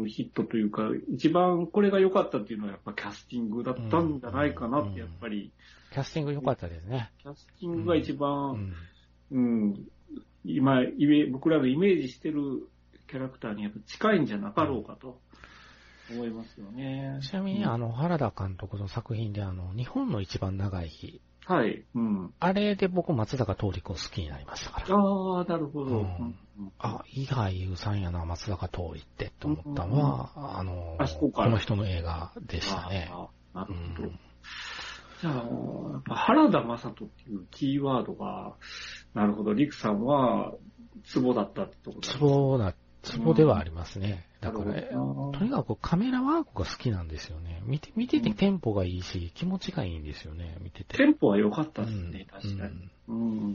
ヒットというか、一番これが良かったっていうのはやっぱキャスティングだったんじゃないかなって、やっぱり、うんうんうん。 キャスティング良かったですね。 キャスティングが一番、うん、うん、今、僕らのイメージしてるキャラクターにやっぱ近いんじゃなかろうかと思いますよね。 ちなみに、あの、原田監督の作品で、あの、日本の一番長い日。 はい。うん。 あれで僕、松坂桃李君好きになりましたから。 ああ、なるほど。うん、 あ、いい俳優さんやな、松坂桃李ってと思ったのは、うん、あの、 あこの人の映画でしたね。 ああ、なるほど。うん、じゃあ、やっぱ原田雅人っていうキーワードが、なるほど、リクさんは、ツボだったってことですね。 ツボだ、ツボではありますね。だから、ね、とにかくカメラワークが好きなんですよね。見て、見ててテンポがいいし、気持ちがいいんですよね、見てて。 テンポは良かったですね、うん、確かに。うんうん、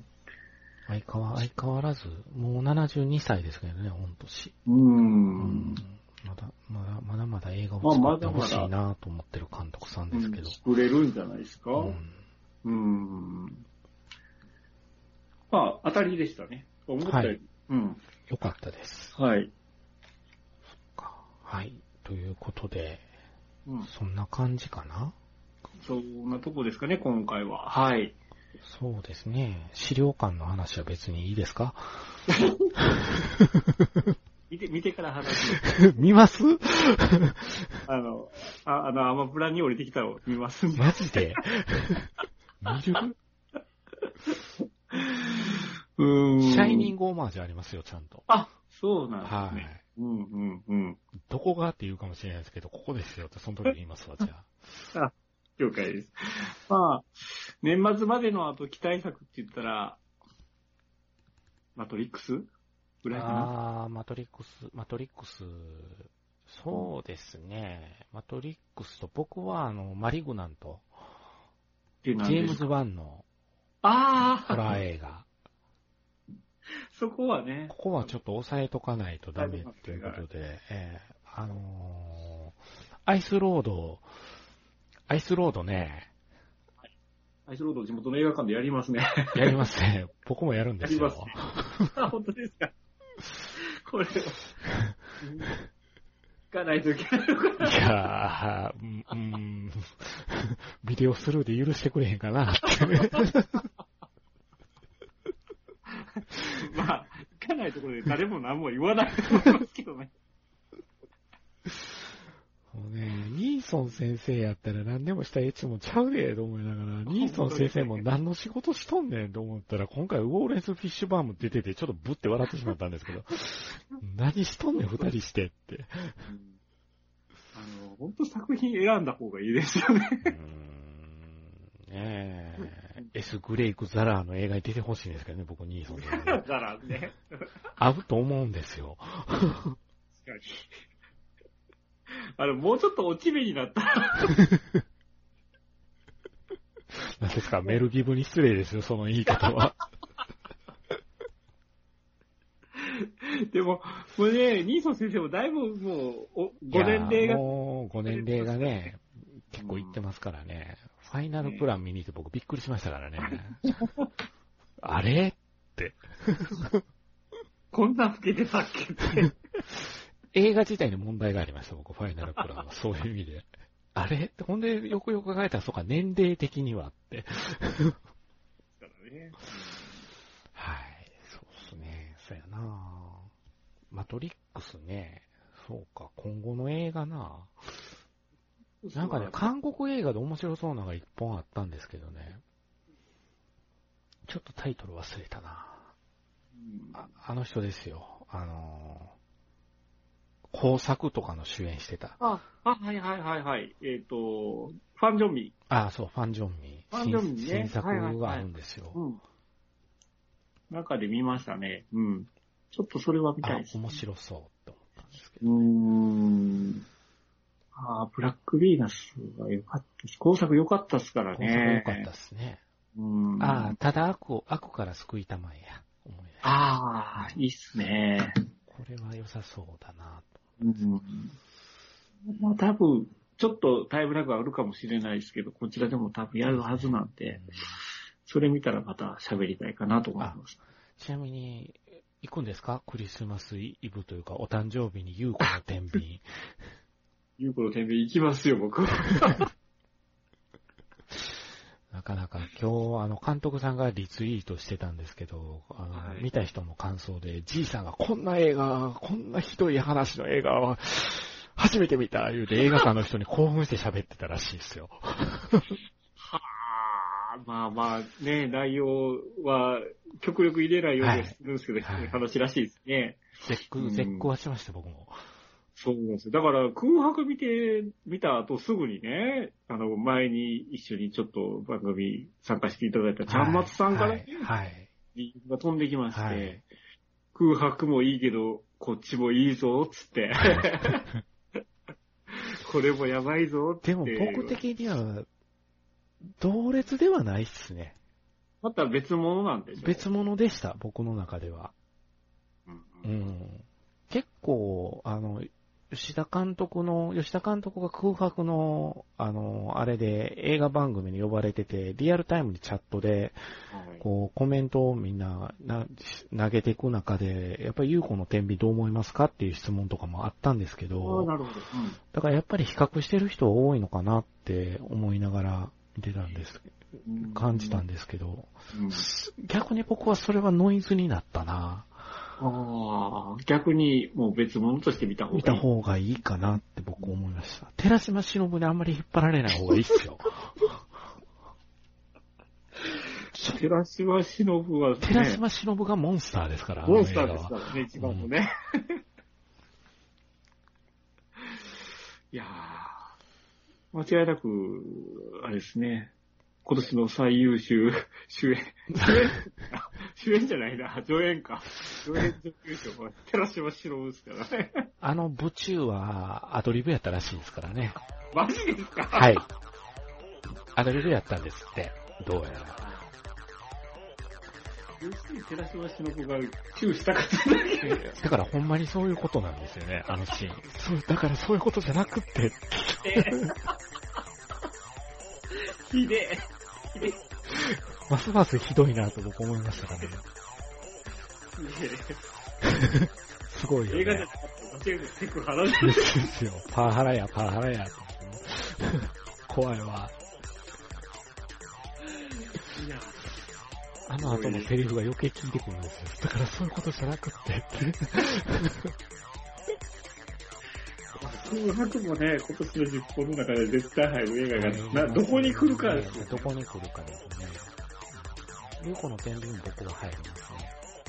相変わ、相変わらず、もうななじゅうにさいですけどね、御年。 うん。 まだ、まだ、まだまだ映画を作ってほしいなと思ってる監督さんですけど。 作れるんじゃないですか。うん。うんまあ、当たりでしたね。思ったより。はい、うん。 よかったです。 はい。 はい。ということで、うん、そんな感じかな？ そんなとこですかね、今回は。はい。 そうですね。資料館の話は別にいいですか？ 見て、見てから話す。 見ますあの、あ、あの、アマプラに降りてきたの見ますマジで見るうーん。シャイニングオマージュありますよ、ちゃんと。 あ、そうなんですね。 はい。 うんうんうん。 どこがって言うかもしれないですけど、ここですよって、その時に言いますわ、じゃあ。あ、了解です。まあ、年末までの後期待作って言ったら、マトリックスぐらいかな。 ああ、マトリックス、マトリックス、そうですね。マトリックスと、僕はあの、マリグナント、ジェームズ・ワンの、 ああ、 ホラー映画。 そこはね。 ここはちょっと抑えとかないとダメっていうことで、えー、あのー、アイスロード、アイスロードね。 アイスロード地元の映画館でやりますね。 やりますね。僕もやるんですよ。 やりますね。あ、本当ですか。これを。行かないといけないのかな。 いやー、うん、ビデオスルーで許してくれへんかなって。 まあ、行かないところで誰も何も言わないと思いますけどね。 もうね、ニーソン先生やったら何でもしたエッチもちゃうでと思いながら、ニーソン先生も何の仕事しとんねんと思ったら、今回ウォーレンス・フィッシュバーム出ててちょっとブって笑ってしまったんですけど、何しとんねん二人してって。うん、 あの、本当作品選んだ方がいいですよね。うーんねえ、S グレイク・ザラーの映画に出てほしいんですけどね、僕ニーソン先生。 ザラーね。 合うと思うんですよ。 確かに。あの、もうちょっと落ち目になった。 何ですか、メルギブに失礼ですよ、その言い方は。 でも、もうね、ニーソン先生もだいぶもう、おご年齢が。 もうご年齢がね、結構いってますからね。うん、ファイナルプラン見に行って僕びっくりしましたからね。あれって。 こんな老けてたっけって。 映画自体に問題がありました、僕、ファイナルプランは。そういう意味で。あれほんで、よくよく考えたら、そうか、年齢的にはって。はい、そうっすね。そうやなマトリックスね。そうか、今後の映画ななんかね、韓国映画で面白そうなのが一本あったんですけどね。ちょっとタイトル忘れたな。うん、あ, あの人ですよ。あのー、工作とかの主演してた。 あ、あはいはいはいはい。えっ、ー、と、ファン・ジョンミ。 あ、そう、ファン・ジョンミ。 ファン・ジョンミね。 新作があるんですよ。 はいはいはい、うん。中で見ましたね。うん。ちょっとそれは見たいです、ね。 面白そうって思ったんですけど、 ね。うーん。ああ、ブラック・ヴィーナスは良かったです。工作良かったですからね。 工作良かったですね。 うん。 ああ、ただ悪を、悪から救いたまえや。思い出した。 ああ、いいっすね。 これは良さそうだなと。 うん。まあ多分、ちょっとタイムラグあるかもしれないですけど、こちらでも多分やるはずなんで、うん、それ見たらまた喋りたいかなと思います。 ちなみに、行くんですか？クリスマスイブというか、お誕生日に優子の天秤。 優子の天秤行きますよ、僕。 なかなか今日、あの、監督さんがリツイートしてたんですけど、あの、はい、見た人の感想で、じいさんがこんな映画、こんなひどい話の映画は、初めて見た、言うて映画館の人に興奮して喋ってたらしいですよ。 はあ、まあまあね、内容は極力入れないようにするんですけど、はい、話らしいですね。 絶句、絶句はしました、僕も。 そうなんですよ。だから空白見て、見た後すぐにね、あの、前に一緒にちょっと番組参加していただいたちゃんまつさんからね、 はい。 リンクが飛んできまして、はい、空白もいいけど、こっちもいいぞ、つって。これもやばいぞって。 でも僕的には、同列ではないっすね。 また別物なんでしょ？ 別物でした、僕の中では。うん、うん。結構、あの、吉田監督の、吉田監督が空白の、あの、あれで映画番組に呼ばれてて、リアルタイムにチャットで、こう、コメントをみんなな投げていく中で、やっぱり優子の天秤どう思いますかっていう質問とかもあったんですけど、 あ、なるほど。うん、 だからやっぱり比較してる人多いのかなって思いながら見てたんです、感じたんですけど、うん、逆に僕はそれはノイズになったな。 ああ、逆にもう別物として見た方がいい。 見た方がいいかなって僕思いました。寺島しのぶにあんまり引っ張られない方がいいっすよ。 寺島しのぶは、ね、 寺島しのぶがモンスターですから。 モンスターですからね、一番のね。うん、いやー、間違いなく、あれですね。今年の最優秀主演、主演主演じゃないな、助演か。助演女優賞は寺島しのぶですからね。 あの部中はアドリブやったらしいですからね。 マジですか？ はい。アドリブやったんですって、どうやら。 要するに寺島しのぶがチューしたかっただけ。 だからほんまにそういうことなんですよね、あのシーン。そう、だからそういうことじゃなくって。 ひでえ。ひでえ。 ますますひどいなと僕思いましたからね。すごいよね。 映画じゃなかったら教えてセクハラですよ。パワハラや、パワハラや。怖いわ。いや、あの後のセリフが余計効いてくるんですよ。だからそういうことじゃなくってって。 空白もね、今年のじゅっぽんの中で絶対入る映画が、な、どこに来るかですよ、ね。 どこに来るかですね。優子の天秤も僕は入りますね。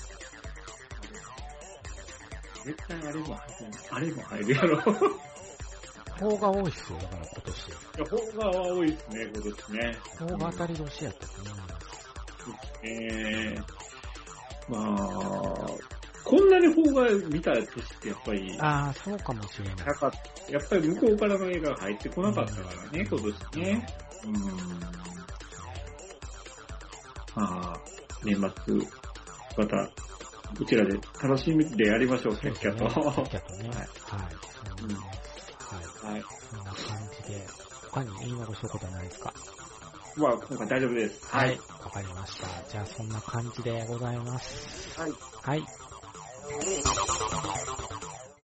絶対あれも入る。あれも入るやろ。 邦画多いっすよ、だから今年。 いや、邦画は多いっすね、今年ね。 邦画当たり年やったと思います。 えー、まあ、こんなに邦画見た年ってやっぱり。 ああ、そうかもしれない。 なかった。やっぱり向こうからの映画が入ってこなかったからね、今年ね。うん。まあ、年末、また、こちらで楽しみでやりましょう、キャッキャと。 キャッキャとね。はい。はい。 はい。 そんな感じで、他に言い残したことはないですか？ まあ、今回大丈夫です。 はい。わかりました。じゃあ、そんな感じでございます。 はい。 はい。